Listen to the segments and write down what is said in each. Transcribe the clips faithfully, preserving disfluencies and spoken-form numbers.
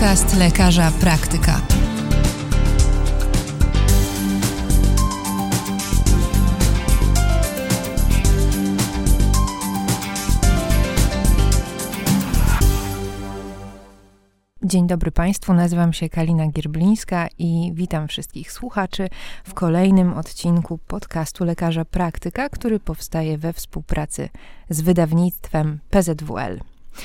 Podcast lekarza praktyka. Dzień dobry Państwu, nazywam się Kalina Gierblińska i witam wszystkich słuchaczy w kolejnym odcinku podcastu lekarza praktyka, który powstaje we współpracy z wydawnictwem P Z W L.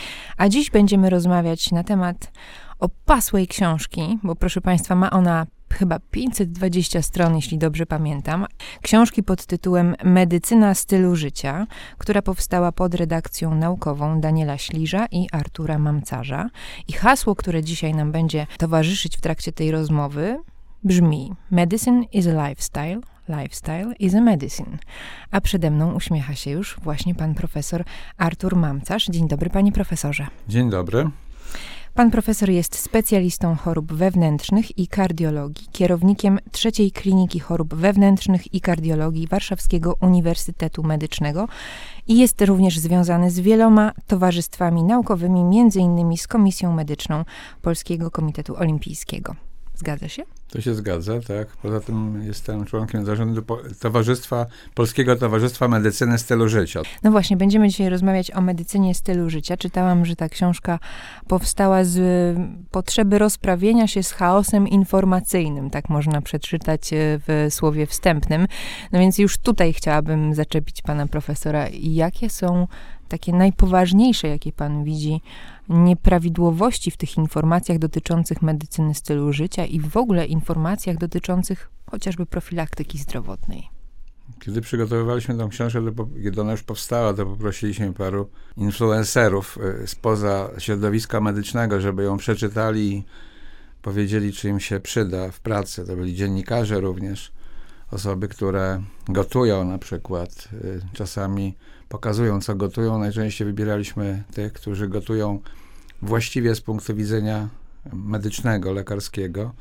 A dziś będziemy rozmawiać na temat opasłej książki, bo proszę Państwa, ma ona chyba pięćset dwadzieścia stron, jeśli dobrze pamiętam. Książki pod tytułem Medycyna stylu życia, która powstała pod redakcją naukową Daniela Śliża i Artura Mamcarza. I hasło, które dzisiaj nam będzie towarzyszyć w trakcie tej rozmowy, brzmi: Medicine is a lifestyle. Lifestyle is a medicine. A przede mną uśmiecha się już właśnie pan profesor Artur Mamcarz. Dzień dobry, panie profesorze. Dzień dobry. Pan profesor jest specjalistą chorób wewnętrznych i kardiologii, kierownikiem trzeciej Kliniki Chorób Wewnętrznych i Kardiologii Warszawskiego Uniwersytetu Medycznego i jest również związany z wieloma towarzystwami naukowymi, między innymi z Komisją Medyczną Polskiego Komitetu Olimpijskiego. Zgadza się? To się zgadza, tak. Poza tym jestem członkiem zarządu Towarzystwa, Polskiego Towarzystwa Medycyny Stylu Życia. No właśnie, będziemy dzisiaj rozmawiać o medycynie stylu życia. Czytałam, że ta książka powstała z potrzeby rozprawienia się z chaosem informacyjnym, tak można przeczytać w słowie wstępnym. No więc już tutaj chciałabym zaczepić pana profesora. Jakie są takie najpoważniejsze, jakie pan widzi, nieprawidłowości w tych informacjach dotyczących medycyny stylu życia i w ogóle informacjach dotyczących chociażby profilaktyki zdrowotnej? Kiedy przygotowywaliśmy tę książkę, to, kiedy ona już powstała, to poprosiliśmy paru influencerów spoza środowiska medycznego, żeby ją przeczytali i powiedzieli, czy im się przyda w pracy. To byli dziennikarze również, osoby, które gotują na przykład, czasami pokazują, co gotują. Najczęściej wybieraliśmy tych, którzy gotują właściwie z punktu widzenia medycznego, lekarskiego,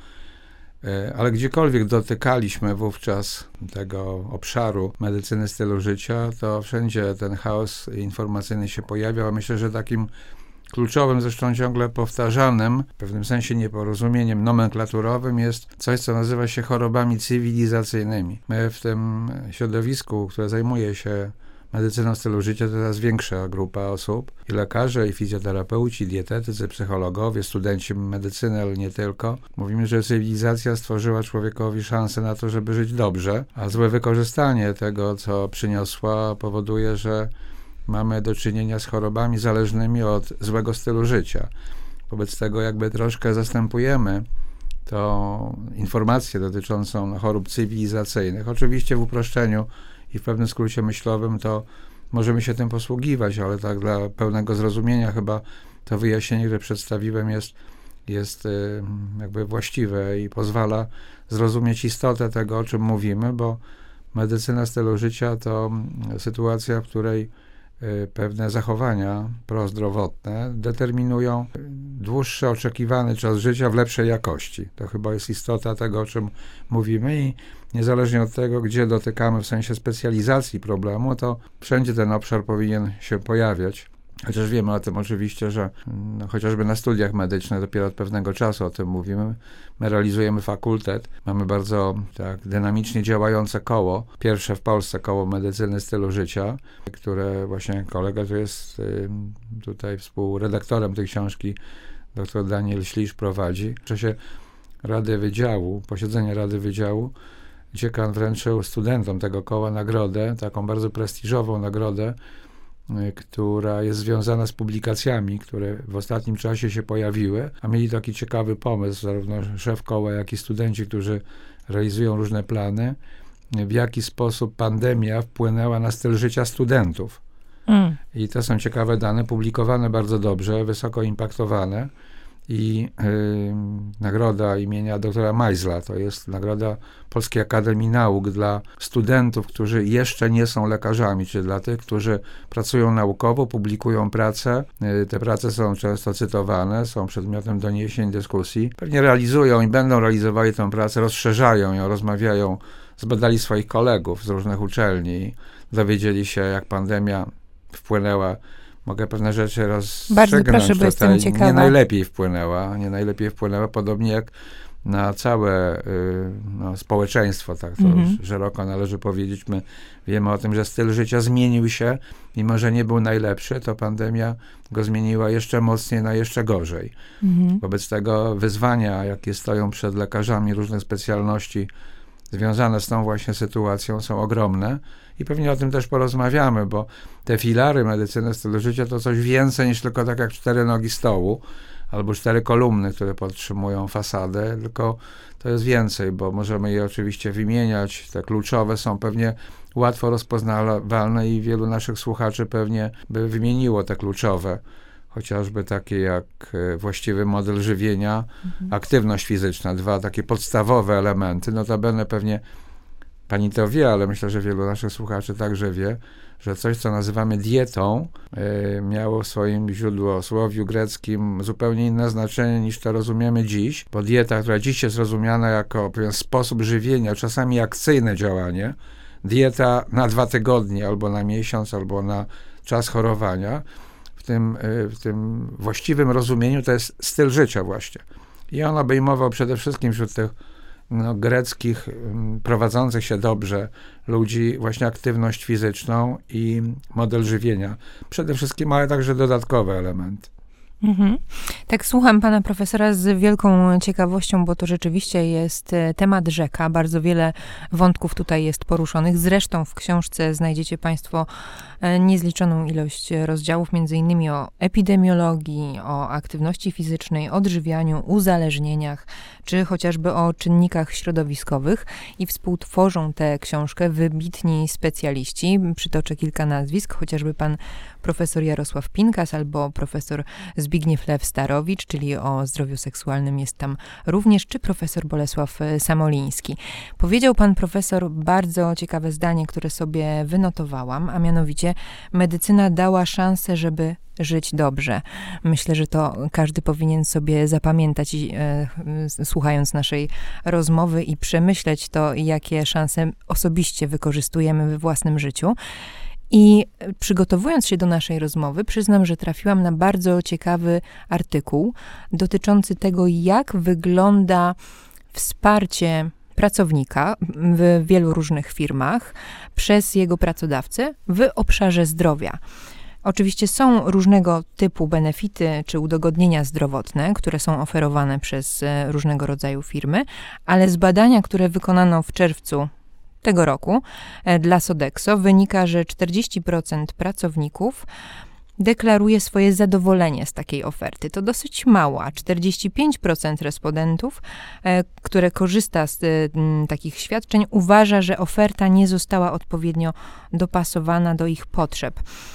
ale gdziekolwiek dotykaliśmy wówczas tego obszaru medycyny stylu życia, to wszędzie ten chaos informacyjny się pojawiał, a myślę, że takim kluczowym, zresztą ciągle powtarzanym, w pewnym sensie nieporozumieniem nomenklaturowym jest coś, co nazywa się chorobami cywilizacyjnymi. My w tym środowisku, które zajmuje się medycyną stylu życia, to coraz większa grupa osób, i lekarze, i fizjoterapeuci, i dietetycy, psychologowie, studenci medycyny, ale nie tylko. Mówimy, że cywilizacja stworzyła człowiekowi szansę na to, żeby żyć dobrze, a złe wykorzystanie tego, co przyniosła, powoduje, że mamy do czynienia z chorobami zależnymi od złego stylu życia. Wobec tego jakby troszkę zastępujemy tą informację dotyczącą chorób cywilizacyjnych. Oczywiście w uproszczeniu i w pewnym skrócie myślowym to możemy się tym posługiwać, ale tak dla pełnego zrozumienia chyba to wyjaśnienie, które przedstawiłem, jest, jest jakby właściwe i pozwala zrozumieć istotę tego, o czym mówimy, bo medycyna stylu życia to sytuacja, w której pewne zachowania prozdrowotne determinują dłuższy oczekiwany czas życia w lepszej jakości. To chyba jest istota tego, o czym mówimy, i niezależnie od tego, gdzie dotykamy w sensie specjalizacji problemu, to wszędzie ten obszar powinien się pojawiać. Chociaż wiemy o tym oczywiście, że no, chociażby na studiach medycznych dopiero od pewnego czasu o tym mówimy. My realizujemy fakultet, mamy bardzo tak dynamicznie działające koło, pierwsze w Polsce koło medycyny stylu życia, które właśnie kolega, który jest y, tutaj współredaktorem tej książki, dr Daniel Śliż, prowadzi. W czasie Rady Wydziału, posiedzenia Rady Wydziału, dziekan wręczył studentom tego koła nagrodę, taką bardzo prestiżową nagrodę, która jest związana z publikacjami, które w ostatnim czasie się pojawiły, a mieli taki ciekawy pomysł, zarówno szef koła, jak i studenci, którzy realizują różne plany, w jaki sposób pandemia wpłynęła na styl życia studentów. Mm. I to są ciekawe dane, publikowane bardzo dobrze, wysoko impaktowane. I y, nagroda imienia doktora Majzla, to jest nagroda Polskiej Akademii Nauk dla studentów, którzy jeszcze nie są lekarzami, czy dla tych, którzy pracują naukowo, publikują prace. Y, te prace są często cytowane, są przedmiotem doniesień, dyskusji. Pewnie realizują i będą realizowali tę pracę, rozszerzają ją, rozmawiają, zbadali swoich kolegów z różnych uczelni, dowiedzieli się, jak pandemia wpłynęła mogę pewne rzeczy rozstrzygnąć. Bardzo proszę, bo jestem ciekawa. Nie najlepiej wpłynęła, nie najlepiej wpłynęła, podobnie jak na całe y, no, społeczeństwo, tak to mm-hmm. szeroko należy powiedzieć. My wiemy o tym, że styl życia zmienił się, mimo że nie był najlepszy, to pandemia go zmieniła jeszcze mocniej na jeszcze gorzej. Mm-hmm. Wobec tego wyzwania, jakie stoją przed lekarzami różnych specjalności związane z tą właśnie sytuacją, są ogromne i pewnie o tym też porozmawiamy, bo te filary medycyny stylu życia to coś więcej niż tylko tak jak cztery nogi stołu, albo cztery kolumny, które podtrzymują fasadę, tylko to jest więcej, bo możemy je oczywiście wymieniać. Te kluczowe są pewnie łatwo rozpoznawalne i wielu naszych słuchaczy pewnie by wymieniło te kluczowe, chociażby takie jak właściwy model żywienia, mhm. aktywność fizyczna, dwa takie podstawowe elementy. Notabene pewnie pani to wie, ale myślę, że wielu naszych słuchaczy także wie, że coś, co nazywamy dietą, y, miało w swoim źródłosłowiu greckim zupełnie inne znaczenie niż to rozumiemy dziś, bo dieta, która dziś jest rozumiana jako pewien sposób żywienia, czasami akcyjne działanie, dieta na dwa tygodnie, albo na miesiąc, albo na czas chorowania, w tym, y, w tym właściwym rozumieniu to jest styl życia właśnie. I on obejmował przede wszystkim wśród tych no, greckich, prowadzących się dobrze ludzi, właśnie aktywność fizyczną i model żywienia. Przede wszystkim, ale także dodatkowe elementy. Mhm. Tak słucham pana profesora z wielką ciekawością, bo to rzeczywiście jest temat rzeka. Bardzo wiele wątków tutaj jest poruszonych. Zresztą w książce znajdziecie państwo niezliczoną ilość rozdziałów, między innymi o epidemiologii, o aktywności fizycznej, odżywianiu, uzależnieniach, czy chociażby o czynnikach środowiskowych. I współtworzą tę książkę wybitni specjaliści. Przytoczę kilka nazwisk, chociażby pan profesor Jarosław Pinkas albo profesor Zbigniew Lew-Starowicz, czyli o zdrowiu seksualnym jest tam również, czy profesor Bolesław Samoliński. Powiedział pan profesor bardzo ciekawe zdanie, które sobie wynotowałam, a mianowicie medycyna dała szansę, żeby żyć dobrze. Myślę, że to każdy powinien sobie zapamiętać, e, słuchając naszej rozmowy i przemyśleć to, jakie szanse osobiście wykorzystujemy we własnym życiu. I przygotowując się do naszej rozmowy, przyznam, że trafiłam na bardzo ciekawy artykuł dotyczący tego, jak wygląda wsparcie pracownika w wielu różnych firmach przez jego pracodawcę w obszarze zdrowia. Oczywiście są różnego typu benefity czy udogodnienia zdrowotne, które są oferowane przez różnego rodzaju firmy, ale z badania, które wykonano w czerwcu tego roku dla Sodexo wynika, że czterdzieści procent pracowników deklaruje swoje zadowolenie z takiej oferty. To dosyć mało, a czterdzieści pięć procent respondentów, które korzysta z takich świadczeń, uważa, że oferta nie została odpowiednio dopasowana do ich potrzeb.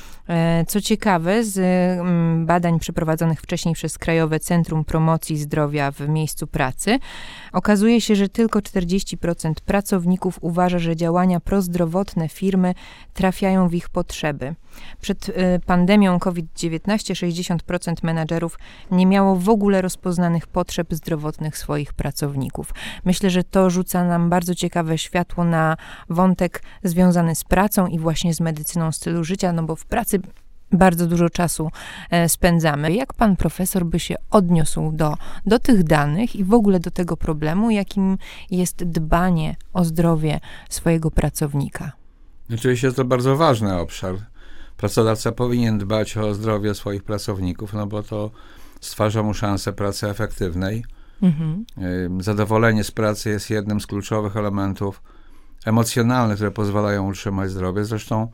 Co ciekawe, z badań przeprowadzonych wcześniej przez Krajowe Centrum Promocji Zdrowia w miejscu pracy, okazuje się, że tylko czterdzieści procent pracowników uważa, że działania prozdrowotne firmy trafiają w ich potrzeby. Przed pandemią kowid dziewiętnaście sześćdziesiąt procent menadżerów nie miało w ogóle rozpoznanych potrzeb zdrowotnych swoich pracowników. Myślę, że to rzuca nam bardzo ciekawe światło na wątek związany z pracą i właśnie z medycyną stylu życia, no bo w pracy bardzo dużo czasu spędzamy. Jak pan profesor by się odniósł do, do tych danych i w ogóle do tego problemu, jakim jest dbanie o zdrowie swojego pracownika? Oczywiście to bardzo ważny obszar. Pracodawca powinien dbać o zdrowie swoich pracowników, no bo to stwarza mu szansę pracy efektywnej. Mhm. Zadowolenie z pracy jest jednym z kluczowych elementów emocjonalnych, które pozwalają utrzymać zdrowie. Zresztą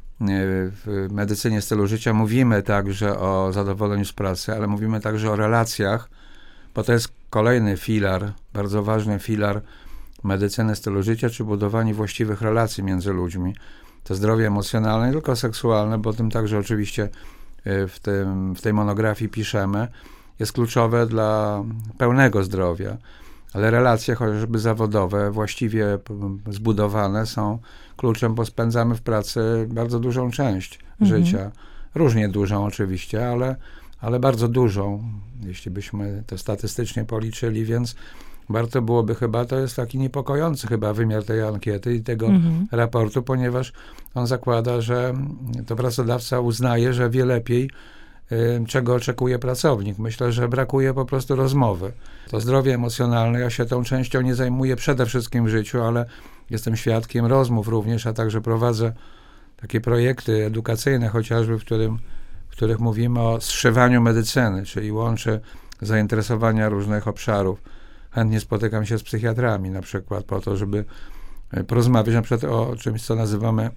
w medycynie stylu życia mówimy także o zadowoleniu z pracy, ale mówimy także o relacjach, bo to jest kolejny filar, bardzo ważny filar medycyny stylu życia, czy budowanie właściwych relacji między ludźmi. To zdrowie emocjonalne, nie tylko seksualne, bo o tym także oczywiście w, tym, w tej monografii piszemy, jest kluczowe dla pełnego zdrowia. Ale relacje chociażby zawodowe, właściwie zbudowane, są kluczem, bo spędzamy w pracy bardzo dużą część mhm. życia. Różnie dużą oczywiście, ale, ale bardzo dużą, jeśli byśmy to statystycznie policzyli, więc warto byłoby chyba, to jest taki niepokojący chyba wymiar tej ankiety i tego mhm. raportu, ponieważ on zakłada, że to pracodawca uznaje, że wie lepiej, czego oczekuje pracownik. Myślę, że brakuje po prostu rozmowy. To zdrowie emocjonalne, ja się tą częścią nie zajmuję przede wszystkim w życiu, ale jestem świadkiem rozmów również, a także prowadzę takie projekty edukacyjne chociażby, w, którym, w których mówimy o zszywaniu medycyny, czyli łączę zainteresowania różnych obszarów. Chętnie spotykam się z psychiatrami na przykład po to, żeby porozmawiać na przykład o czymś, co nazywamy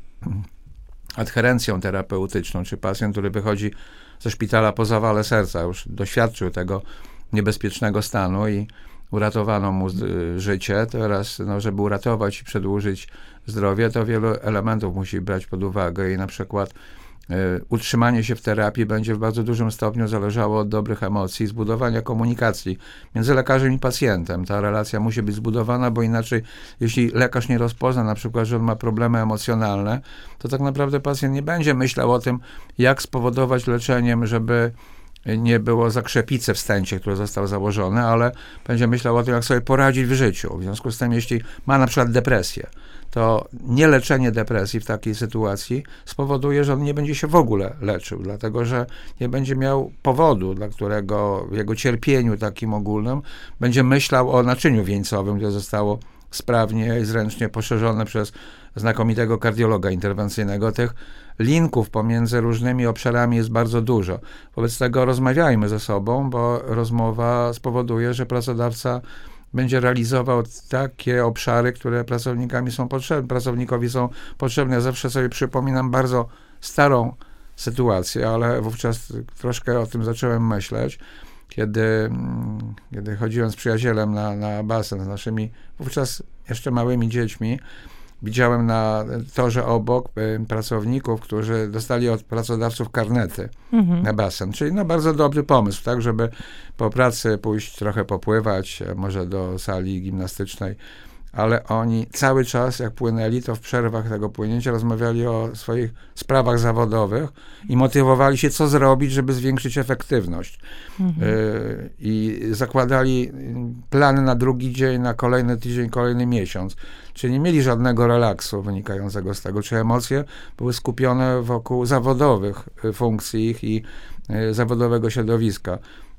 adherencją terapeutyczną, czy pacjent, który wychodzi ze szpitala po zawale serca, już doświadczył tego niebezpiecznego stanu i uratowano mu życie. Teraz, no, żeby uratować i przedłużyć zdrowie, to wielu elementów musi brać pod uwagę i na przykład y, utrzymanie się w terapii będzie w bardzo dużym stopniu zależało od dobrych emocji, zbudowania komunikacji między lekarzem i pacjentem. Ta relacja musi być zbudowana, bo inaczej, jeśli lekarz nie rozpozna na przykład, że on ma problemy emocjonalne, to tak naprawdę pacjent nie będzie myślał o tym, jak spowodować leczeniem, żeby nie było zakrzepicy w stęcie, które został założone, ale będzie myślał o tym, jak sobie poradzić w życiu. W związku z tym, jeśli ma na przykład depresję, to nieleczenie depresji w takiej sytuacji spowoduje, że on nie będzie się w ogóle leczył, dlatego że nie będzie miał powodu, dla którego w jego cierpieniu takim ogólnym będzie myślał o naczyniu wieńcowym, które zostało sprawnie i zręcznie poszerzone przez znakomitego kardiologa interwencyjnego. Tych linków pomiędzy różnymi obszarami jest bardzo dużo. Wobec tego rozmawiajmy ze sobą, bo rozmowa spowoduje, że pracodawca będzie realizował takie obszary, które pracownikami są potrzebne, pracownikowi są potrzebne. Ja zawsze sobie przypominam bardzo starą sytuację, ale wówczas troszkę o tym zacząłem myśleć, kiedy, kiedy chodziłem z przyjacielem na, na basen z naszymi wówczas jeszcze małymi dziećmi. Widziałem na torze obok y, pracowników, którzy dostali od pracodawców karnety mhm. na basen. Czyli no bardzo dobry pomysł, tak, żeby po pracy pójść trochę popływać, może do sali gimnastycznej. Ale oni cały czas, jak płynęli, to w przerwach tego płynięcia rozmawiali o swoich sprawach zawodowych i motywowali się, co zrobić, żeby zwiększyć efektywność. Mhm. Y, I zakładali plany na drugi dzień, na kolejny tydzień, kolejny miesiąc. Czyli nie mieli żadnego relaksu wynikającego z tego, czy emocje były skupione wokół zawodowych funkcji ich i y, zawodowego środowiska.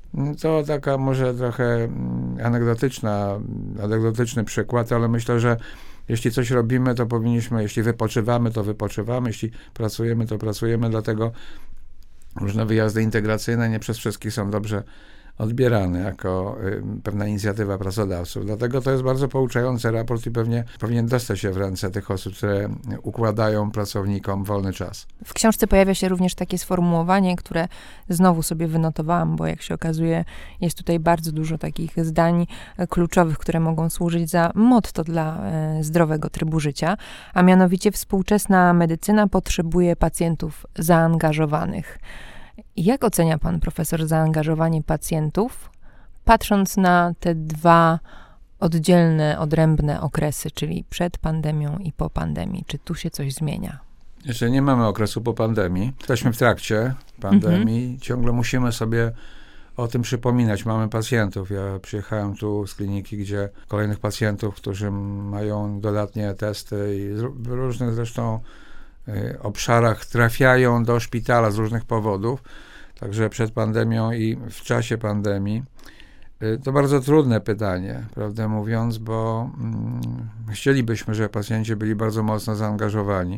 To taka może trochę anegdotyczna, anegdotyczny przykład, ale myślę, że jeśli coś robimy, to powinniśmy, jeśli wypoczywamy, to wypoczywamy, jeśli pracujemy, to pracujemy, dlatego różne wyjazdy integracyjne nie przez wszystkich są dobrze odbierane jako y, pewna inicjatywa pracodawców. Dlatego to jest bardzo pouczający raport i pewnie powinien dostać się w ręce tych osób, które układają pracownikom wolny czas. W książce pojawia się również takie sformułowanie, które znowu sobie wynotowałam, bo jak się okazuje, jest tutaj bardzo dużo takich zdań kluczowych, które mogą służyć za motto dla e, zdrowego trybu życia, a mianowicie współczesna medycyna potrzebuje pacjentów zaangażowanych. Jak ocenia pan profesor zaangażowanie pacjentów, patrząc na te dwa oddzielne, odrębne okresy, czyli przed pandemią i po pandemii? Czy tu się coś zmienia? Jeszcze nie mamy okresu po pandemii. Jesteśmy w trakcie pandemii. Mhm. Ciągle musimy sobie o tym przypominać. Mamy pacjentów. Ja przyjechałem tu z kliniki, gdzie kolejnych pacjentów, którzy mają dodatnie testy i w różnych zresztą obszarach trafiają do szpitala z różnych powodów, także przed pandemią i w czasie pandemii. To bardzo trudne pytanie, prawdę mówiąc, bo mm, chcielibyśmy, żeby pacjenci byli bardzo mocno zaangażowani.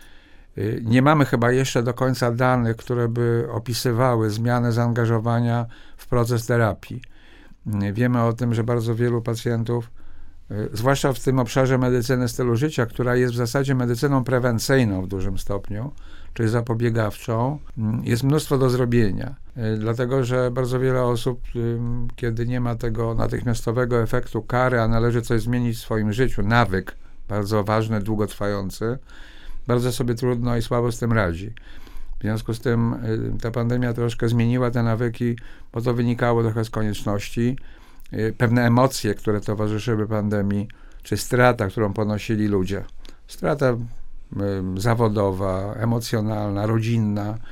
Nie mamy chyba jeszcze do końca danych, które by opisywały zmianę zaangażowania w proces terapii. Wiemy o tym, że bardzo wielu pacjentów, zwłaszcza w tym obszarze medycyny stylu życia, która jest w zasadzie medycyną prewencyjną w dużym stopniu, czyli zapobiegawczą, jest mnóstwo do zrobienia. Dlatego, że bardzo wiele osób, kiedy nie ma tego natychmiastowego efektu kary, a należy coś zmienić w swoim życiu, nawyk bardzo ważny, długotrwający, bardzo sobie trudno i słabo z tym radzi. W związku z tym ta pandemia troszkę zmieniła te nawyki, bo to wynikało trochę z konieczności. Pewne emocje, które towarzyszyły pandemii, czy strata, którą ponosili ludzie. Strata y, zawodowa, emocjonalna, rodzinna,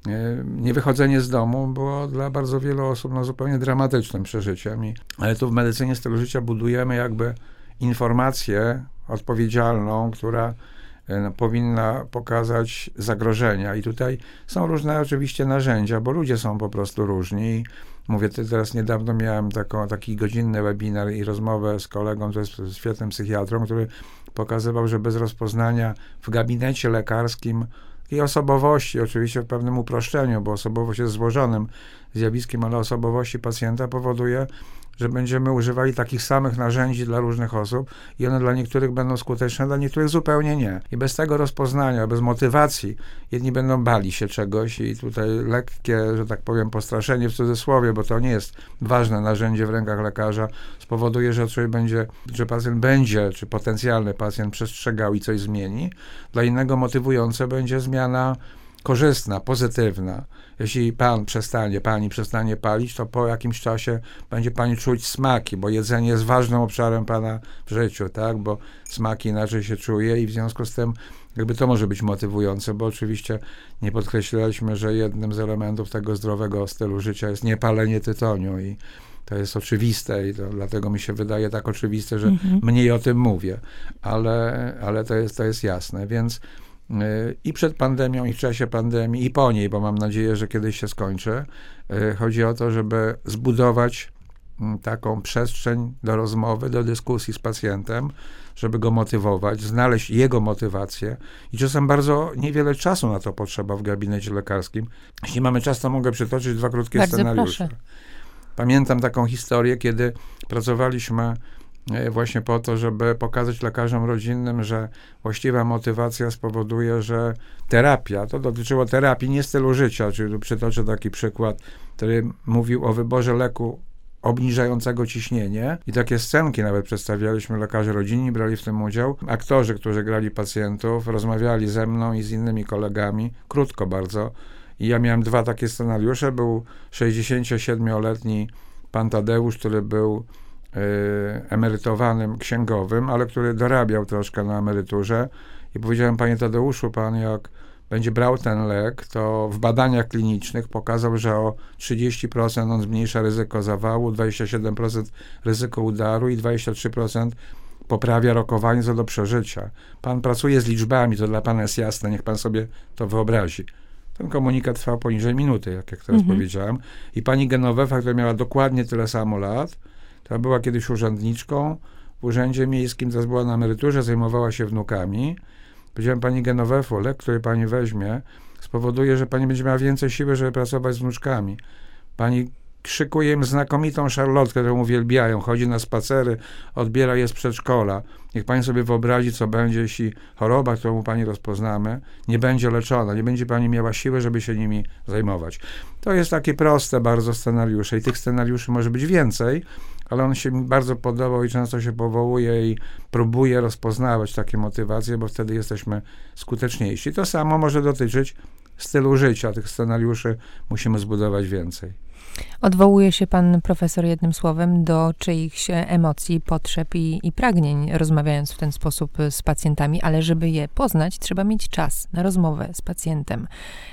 niewychodzenie z domu było dla bardzo wielu osób no, zupełnie dramatycznym przeżyciem. I, ale tu w medycynie stylu życia budujemy jakby informację odpowiedzialną, która no, powinna pokazać zagrożenia. I tutaj są różne oczywiście narzędzia, bo ludzie są po prostu różni. I mówię, teraz niedawno miałem taką, taki godzinny webinar i rozmowę z kolegą, to jest świetnym psychiatrą, który pokazywał, że bez rozpoznania w gabinecie lekarskim i osobowości, oczywiście w pewnym uproszczeniu, bo osobowość jest złożonym zjawiskiem, ale osobowości pacjenta powoduje, że będziemy używali takich samych narzędzi dla różnych osób i one dla niektórych będą skuteczne, dla niektórych zupełnie nie. I bez tego rozpoznania, bez motywacji, jedni będą bali się czegoś i tutaj lekkie, że tak powiem, postraszenie w cudzysłowie, bo to nie jest ważne narzędzie w rękach lekarza, spowoduje, że człowiek będzie, że pacjent będzie, czy potencjalny pacjent przestrzegał i coś zmieni. Dla innego motywujące będzie zmiana korzystna, pozytywna. Jeśli pan przestanie, pani przestanie palić, to po jakimś czasie będzie pani czuć smaki, bo jedzenie jest ważnym obszarem pana w życiu, tak? Bo smaki inaczej się czuje i w związku z tym jakby to może być motywujące, bo oczywiście nie podkreślaliśmy, że jednym z elementów tego zdrowego stylu życia jest niepalenie tytoniu i to jest oczywiste i to dlatego mi się wydaje tak oczywiste, że mhm. mniej o tym mówię, ale, ale to jest, to jest jasne, więc i przed pandemią, i w czasie pandemii, i po niej, bo mam nadzieję, że kiedyś się skończy. Chodzi o to, żeby zbudować taką przestrzeń do rozmowy, do dyskusji z pacjentem, żeby go motywować, znaleźć jego motywację. I czasem bardzo niewiele czasu na to potrzeba w gabinecie lekarskim. Jeśli mamy czas, to mogę przytoczyć dwa krótkie Bardzo scenariusze. proszę. Pamiętam taką historię, kiedy pracowaliśmy właśnie po to, żeby pokazać lekarzom rodzinnym, że właściwa motywacja spowoduje, że terapia, to dotyczyło terapii, nie stylu życia, czyli przytoczę taki przykład, który mówił o wyborze leku obniżającego ciśnienie i takie scenki nawet przedstawialiśmy, lekarze rodzinni brali w tym udział, aktorzy, którzy grali pacjentów, rozmawiali ze mną i z innymi kolegami, krótko bardzo, i ja miałem dwa takie scenariusze, był sześćdziesięciosiedmioletni pan Tadeusz, który był emerytowanym księgowym, ale który dorabiał troszkę na emeryturze i powiedziałem: panie Tadeuszu, pan jak będzie brał ten lek, to w badaniach klinicznych pokazał, że o trzydzieści procent on zmniejsza ryzyko zawału, dwadzieścia siedem procent ryzyko udaru i dwadzieścia trzy procent poprawia rokowanie co do przeżycia. Pan pracuje z liczbami, to dla pana jest jasne, niech pan sobie to wyobrazi. Ten komunikat trwał poniżej minuty, jak, jak teraz mhm. powiedziałem. I pani Genovefa, która miała dokładnie tyle samo lat, która była kiedyś urzędniczką w urzędzie miejskim, teraz była na emeryturze, zajmowała się wnukami. Powiedziałem: pani Genovefo, lek, który pani weźmie, spowoduje, że pani będzie miała więcej siły, żeby pracować z wnuczkami. Pani szykuje im znakomitą szarlotkę, którą uwielbiają, chodzi na spacery, odbiera je z przedszkola. Niech pani sobie wyobrazi, co będzie, jeśli choroba, którą pani rozpoznamy, nie będzie leczona, nie będzie pani miała siły, żeby się nimi zajmować. To jest takie proste bardzo scenariusze i tych scenariuszy może być więcej, ale on się mi bardzo podobał i często się powołuje i próbuje rozpoznawać takie motywacje, bo wtedy jesteśmy skuteczniejsi. To samo może dotyczyć stylu życia. Tych scenariuszy musimy zbudować więcej. Odwołuje się pan profesor jednym słowem do czyichś emocji, potrzeb i, i pragnień, rozmawiając w ten sposób z pacjentami, ale żeby je poznać, trzeba mieć czas na rozmowę z pacjentem.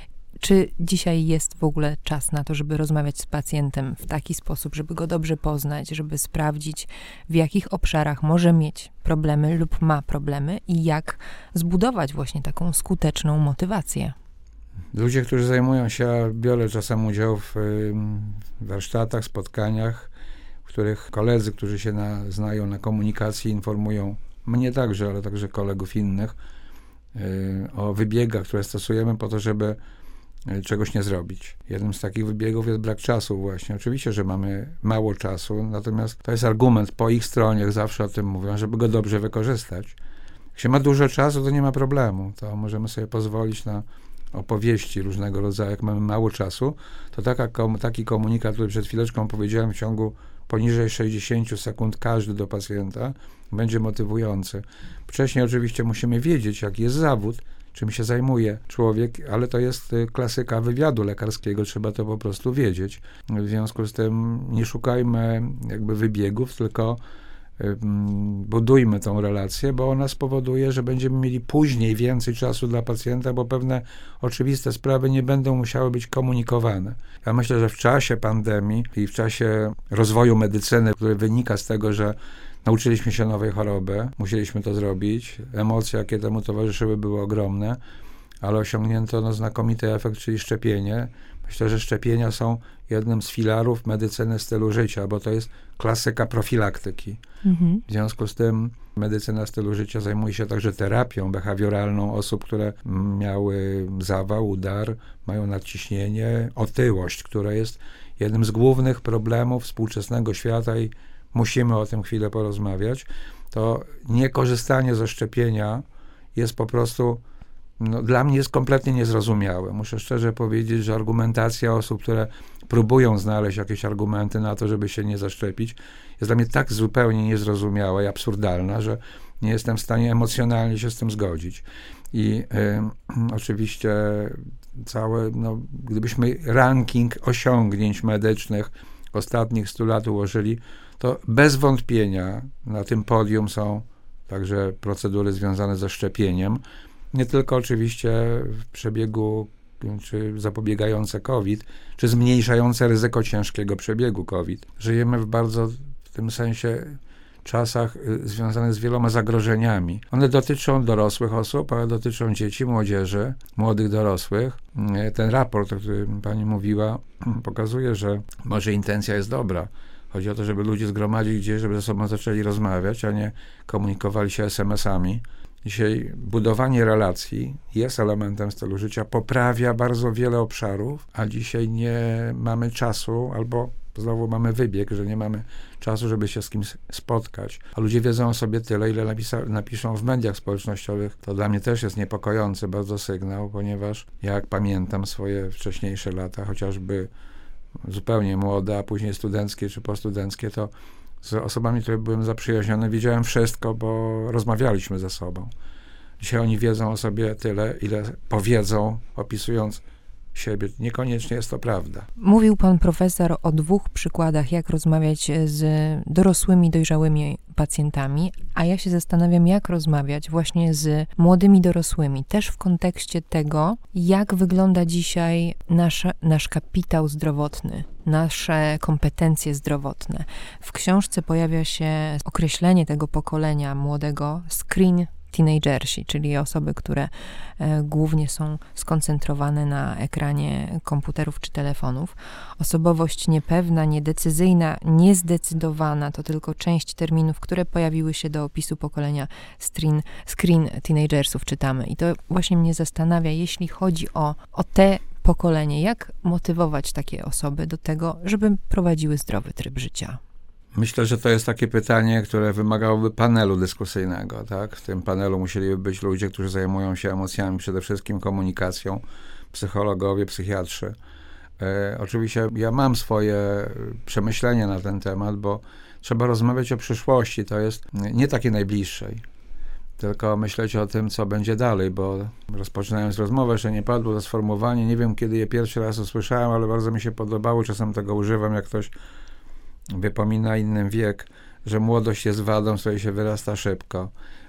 Czy dzisiaj jest w ogóle czas na to, żeby rozmawiać z pacjentem w taki sposób, żeby go dobrze poznać, żeby sprawdzić, w jakich obszarach może mieć problemy lub ma problemy i jak zbudować właśnie taką skuteczną motywację? Ludzie, którzy zajmują się, ja biorę czasem udział w y, warsztatach, spotkaniach, w których koledzy, którzy się na, znają na komunikacji, informują mnie także, ale także kolegów innych y, o wybiegach, które stosujemy po to, żeby y, czegoś nie zrobić. Jednym z takich wybiegów jest brak czasu właśnie. Oczywiście, że mamy mało czasu, natomiast to jest argument po ich stronie, zawsze o tym mówią, żeby go dobrze wykorzystać. Jak się ma dużo czasu, to nie ma problemu. To możemy sobie pozwolić na opowieści różnego rodzaju. Jak mamy mało czasu, to taka, taki komunikat, który przed chwileczką powiedziałem, w ciągu poniżej sześćdziesiąt sekund każdy do pacjenta będzie motywujący. Wcześniej oczywiście musimy wiedzieć, jaki jest zawód, czym się zajmuje człowiek, ale to jest klasyka wywiadu lekarskiego, trzeba to po prostu wiedzieć. W związku z tym nie szukajmy jakby wybiegów, tylko budujmy tą relację, bo ona spowoduje, że będziemy mieli później więcej czasu dla pacjenta, bo pewne oczywiste sprawy nie będą musiały być komunikowane. Ja myślę, że w czasie pandemii i w czasie rozwoju medycyny, który wynika z tego, że nauczyliśmy się nowej choroby, musieliśmy to zrobić, emocje, jakie temu towarzyszyły, były ogromne, ale osiągnięto no, znakomity efekt, czyli szczepienie. Myślę, że szczepienia są jednym z filarów medycyny stylu życia, bo to jest klasyka profilaktyki. Mhm. W związku z tym medycyna stylu życia zajmuje się także terapią behawioralną osób, które miały zawał, udar, mają nadciśnienie, otyłość, która jest jednym z głównych problemów współczesnego świata i musimy o tym chwilę porozmawiać. To niekorzystanie ze szczepienia jest po prostu No, dla mnie jest kompletnie niezrozumiałe. Muszę szczerze powiedzieć, że argumentacja osób, które próbują znaleźć jakieś argumenty na to, żeby się nie zaszczepić, jest dla mnie tak zupełnie niezrozumiała i absurdalna, że nie jestem w stanie emocjonalnie się z tym zgodzić. I y, oczywiście całe, no, gdybyśmy ranking osiągnięć medycznych ostatnich stu lat ułożyli, to bez wątpienia na tym podium są także procedury związane ze szczepieniem. Nie tylko oczywiście w przebiegu, czy zapobiegające COVID, czy zmniejszające ryzyko ciężkiego przebiegu COVID. Żyjemy w bardzo, w tym sensie, czasach y, związanych z wieloma zagrożeniami. One dotyczą dorosłych osób, ale dotyczą dzieci, młodzieży, młodych dorosłych. Y, ten raport, o którym pani mówiła, pokazuje, że może intencja jest dobra. Chodzi o to, żeby ludzie zgromadzić gdzieś, żeby ze sobą zaczęli rozmawiać, a nie komunikowali się es em esami. Dzisiaj budowanie relacji jest elementem stylu życia, poprawia bardzo wiele obszarów, a dzisiaj nie mamy czasu, albo znowu mamy wybieg, że nie mamy czasu, żeby się z kimś spotkać. A ludzie wiedzą o sobie tyle, ile napisa- napiszą w mediach społecznościowych. To dla mnie też jest niepokojący bardzo sygnał, ponieważ jak pamiętam swoje wcześniejsze lata, chociażby zupełnie młode, a później studenckie czy postudenckie, to z osobami, które byłem zaprzyjaźniony, wiedziałem wszystko, bo rozmawialiśmy ze sobą. Dzisiaj oni wiedzą o sobie tyle, ile powiedzą, opisując siebie. Niekoniecznie jest to prawda. Mówił pan profesor o dwóch przykładach, jak rozmawiać z dorosłymi, dojrzałymi pacjentami, a ja się zastanawiam, jak rozmawiać właśnie z młodymi dorosłymi, też w kontekście tego, jak wygląda dzisiaj nasz, nasz kapitał zdrowotny, nasze kompetencje zdrowotne. W książce pojawia się określenie tego pokolenia młodego screen teenagersi, czyli osoby, które e, głównie są skoncentrowane na ekranie komputerów czy telefonów. Osobowość niepewna, niedecyzyjna, niezdecydowana to tylko część terminów, które pojawiły się do opisu pokolenia screen, screen teenagersów, czytamy. I to właśnie mnie zastanawia, jeśli chodzi o, o te pokolenie, jak motywować takie osoby do tego, żeby prowadziły zdrowy tryb życia? Myślę, że to jest takie pytanie, które wymagałoby panelu dyskusyjnego, tak? W tym panelu musieliby być ludzie, którzy zajmują się emocjami, przede wszystkim komunikacją, psychologowie, psychiatrzy. E, oczywiście ja mam swoje przemyślenia na ten temat, bo trzeba rozmawiać o przyszłości, to jest nie takiej najbliższej, tylko myśleć o tym, co będzie dalej, bo rozpoczynając rozmowę, że nie padło to sformułowanie, nie wiem, kiedy je pierwszy raz usłyszałem, ale bardzo mi się podobało, czasem tego używam, jak ktoś wypomina innym wiek, że młodość jest wadą, z której się wyrasta szybko,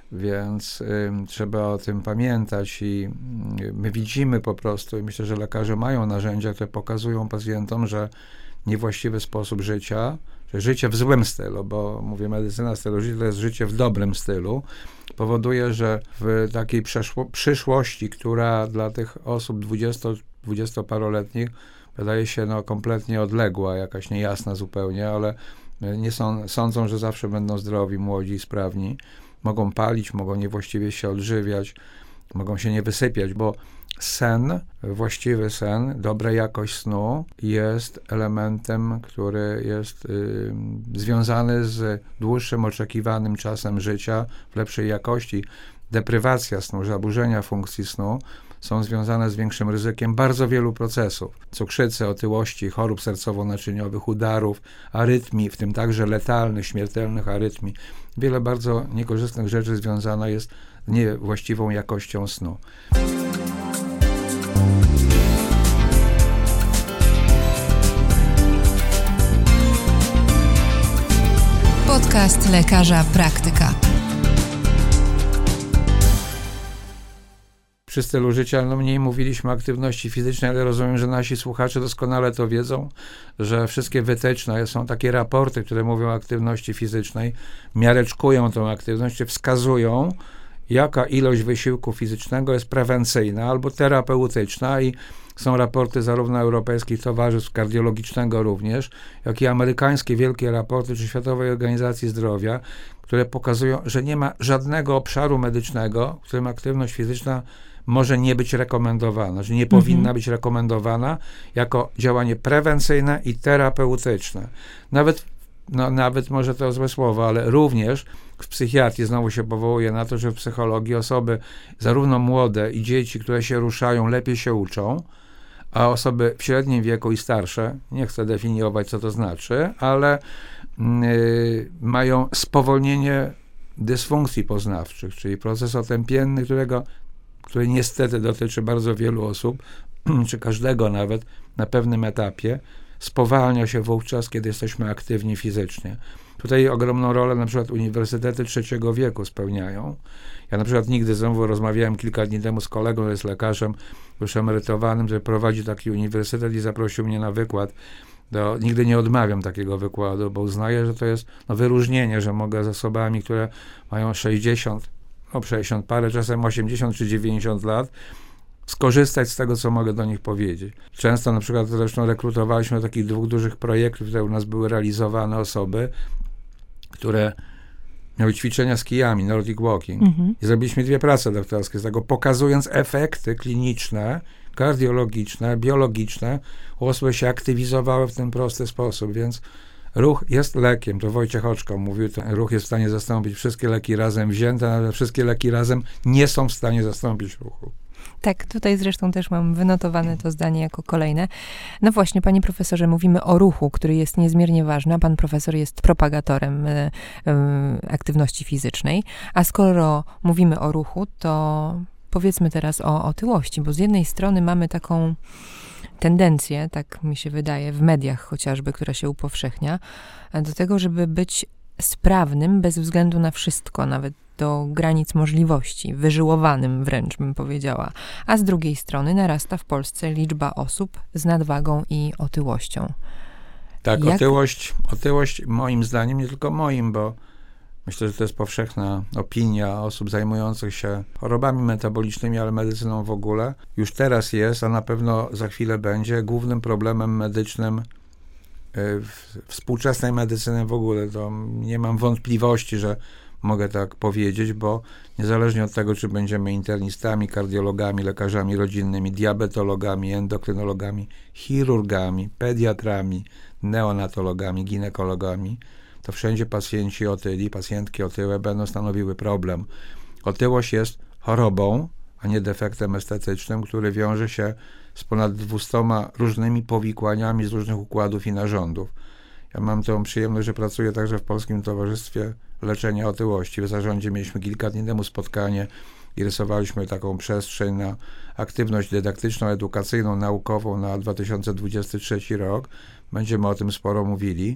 więc y, trzeba o tym pamiętać i y, my widzimy po prostu i myślę, że lekarze mają narzędzia, które pokazują pacjentom, że niewłaściwy sposób życia, że życie w złym stylu, bo mówię, medycyna stylu życia to jest życie w dobrym stylu, powoduje, że w takiej przeszło, przyszłości, która dla tych osób dwudziesto, dwudziestoparoletnich wydaje się no, kompletnie odległa, jakaś niejasna zupełnie, ale nie są, sądzą, że zawsze będą zdrowi, młodzi, sprawni. Mogą palić, mogą niewłaściwie się odżywiać, mogą się nie wysypiać, bo sen, właściwy sen, dobra jakość snu jest elementem, który jest y, związany z dłuższym oczekiwanym czasem życia w lepszej jakości. Deprywacja snu, zaburzenia funkcji snu są związane z większym ryzykiem bardzo wielu procesów. Cukrzycy, otyłości, chorób sercowo-naczyniowych, udarów, arytmii, w tym także letalnych, śmiertelnych arytmii. Wiele bardzo niekorzystnych rzeczy związane jest z niewłaściwą jakością snu. Podcast lekarza praktyka. Przy stylu życia no mniej mówiliśmy o aktywności fizycznej, ale rozumiem, że nasi słuchacze doskonale to wiedzą, że wszystkie wytyczne, są takie raporty, które mówią o aktywności fizycznej, miareczkują tą aktywność, wskazują, jaka ilość wysiłku fizycznego jest prewencyjna albo terapeutyczna i są raporty zarówno europejskich towarzystw kardiologicznego również, jak i amerykańskie wielkie raporty czy Światowej Organizacji Zdrowia, które pokazują, że nie ma żadnego obszaru medycznego, w którym aktywność fizyczna może nie być rekomendowana, że nie mhm. powinna być rekomendowana jako działanie prewencyjne i terapeutyczne. Nawet, no, nawet może to złe słowo, ale również w psychiatrii znowu się powołuje na to, że w psychologii osoby zarówno młode i dzieci, które się ruszają, lepiej się uczą, a osoby w średnim wieku i starsze, nie chcę definiować, co to znaczy, ale yy, mają spowolnienie dysfunkcji poznawczych, czyli proces otępienny, którego, który niestety dotyczy bardzo wielu osób, czy każdego nawet na pewnym etapie, spowalnia się wówczas, kiedy jesteśmy aktywni fizycznie. Tutaj ogromną rolę na przykład uniwersytety trzeciego wieku spełniają. Ja na przykład nigdy znowu rozmawiałem kilka dni temu z kolegą, jest lekarzem już emerytowanym, który prowadzi taki uniwersytet i zaprosił mnie na wykład. Do, nigdy nie odmawiam takiego wykładu, bo uznaję, że to jest no, wyróżnienie, że mogę z osobami, które mają sześćdziesiąt, no sześćdziesiąt parę, czasem osiemdziesiąt czy dziewięćdziesiąt lat, skorzystać z tego, co mogę do nich powiedzieć. Często na przykład zresztą rekrutowaliśmy do takich dwóch dużych projektów, które u nas były realizowane osoby, które miały ćwiczenia z kijami, Nordic Walking. Mhm. I zrobiliśmy dwie prace doktorskie z tego, pokazując efekty kliniczne, kardiologiczne, biologiczne, osoby się aktywizowały w ten prosty sposób, więc ruch jest lekiem. To Wojciech Oczko mówił, ten ruch jest w stanie zastąpić wszystkie leki razem wzięte, ale wszystkie leki razem nie są w stanie zastąpić ruchu. Tak, tutaj zresztą też mam wynotowane to zdanie jako kolejne. No właśnie, panie profesorze, mówimy o ruchu, który jest niezmiernie ważny, a pan profesor jest propagatorem y, y, aktywności fizycznej. A skoro mówimy o ruchu, to powiedzmy teraz o otyłości, bo z jednej strony mamy taką tendencję, tak mi się wydaje, w mediach chociażby, która się upowszechnia, do tego, żeby być sprawnym bez względu na wszystko, nawet do granic możliwości, wyżyłowanym wręcz bym powiedziała. A z drugiej strony narasta w Polsce liczba osób z nadwagą i otyłością. Tak, Jak... otyłość, otyłość moim zdaniem, nie tylko moim, bo myślę, że to jest powszechna opinia osób zajmujących się chorobami metabolicznymi, ale medycyną w ogóle. Już teraz jest, a na pewno za chwilę będzie głównym problemem medycznym współczesnej medycyny w ogóle. To nie mam wątpliwości, że mogę tak powiedzieć, bo niezależnie od tego, czy będziemy internistami, kardiologami, lekarzami rodzinnymi, diabetologami, endokrynologami, chirurgami, pediatrami, neonatologami, ginekologami, to wszędzie pacjenci otyli, pacjentki otyłe będą stanowiły problem. Otyłość jest chorobą, a nie defektem estetycznym, który wiąże się z ponad dwustoma różnymi powikłaniami z różnych układów i narządów. Ja mam tę przyjemność, że pracuję także w Polskim Towarzystwie Leczenia Otyłości. W zarządzie mieliśmy kilka dni temu spotkanie i rysowaliśmy taką przestrzeń na aktywność dydaktyczną, edukacyjną, naukową na dwa tysiące dwudziesty trzeci rok. Będziemy o tym sporo mówili,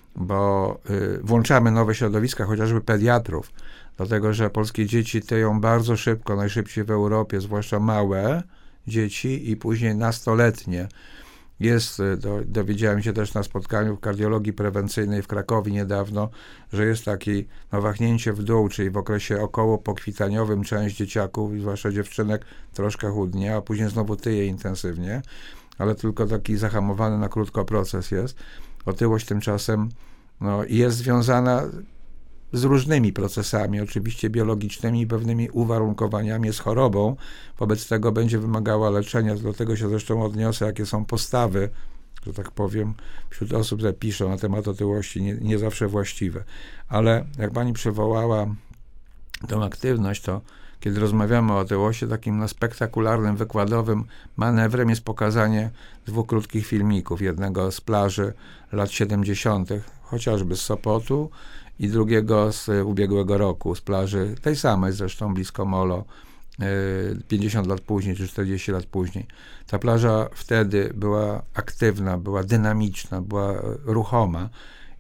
bo y, włączamy nowe środowiska, chociażby pediatrów, dlatego że polskie dzieci tyją bardzo szybko, najszybciej w Europie, zwłaszcza małe dzieci i później nastoletnie. Jest, do, dowiedziałem się też na spotkaniu w kardiologii prewencyjnej w Krakowie niedawno, że jest takie no, wahnięcie w dół, czyli w okresie około pokwitaniowym część dzieciaków, zwłaszcza dziewczynek, troszkę chudnie, a później znowu tyje intensywnie, ale tylko taki zahamowany na krótko proces jest. Otyłość tymczasem no, jest związana z różnymi procesami, oczywiście biologicznymi i pewnymi uwarunkowaniami, z chorobą. Wobec tego będzie wymagała leczenia. Do tego się zresztą odniosę, jakie są postawy, że tak powiem, wśród osób, które piszą na temat otyłości, nie, nie zawsze właściwe. Ale jak pani przywołała tą aktywność, to kiedy rozmawiamy o otyłości, takim no, spektakularnym, wykładowym manewrem jest pokazanie dwóch krótkich filmików. Jednego z plaży lat siedemdziesiątych, chociażby z Sopotu, i drugiego z ubiegłego roku, z plaży tej samej zresztą, blisko Molo, pięćdziesiąt lat później, czy czterdzieści lat później. Ta plaża wtedy była aktywna, była dynamiczna, była ruchoma.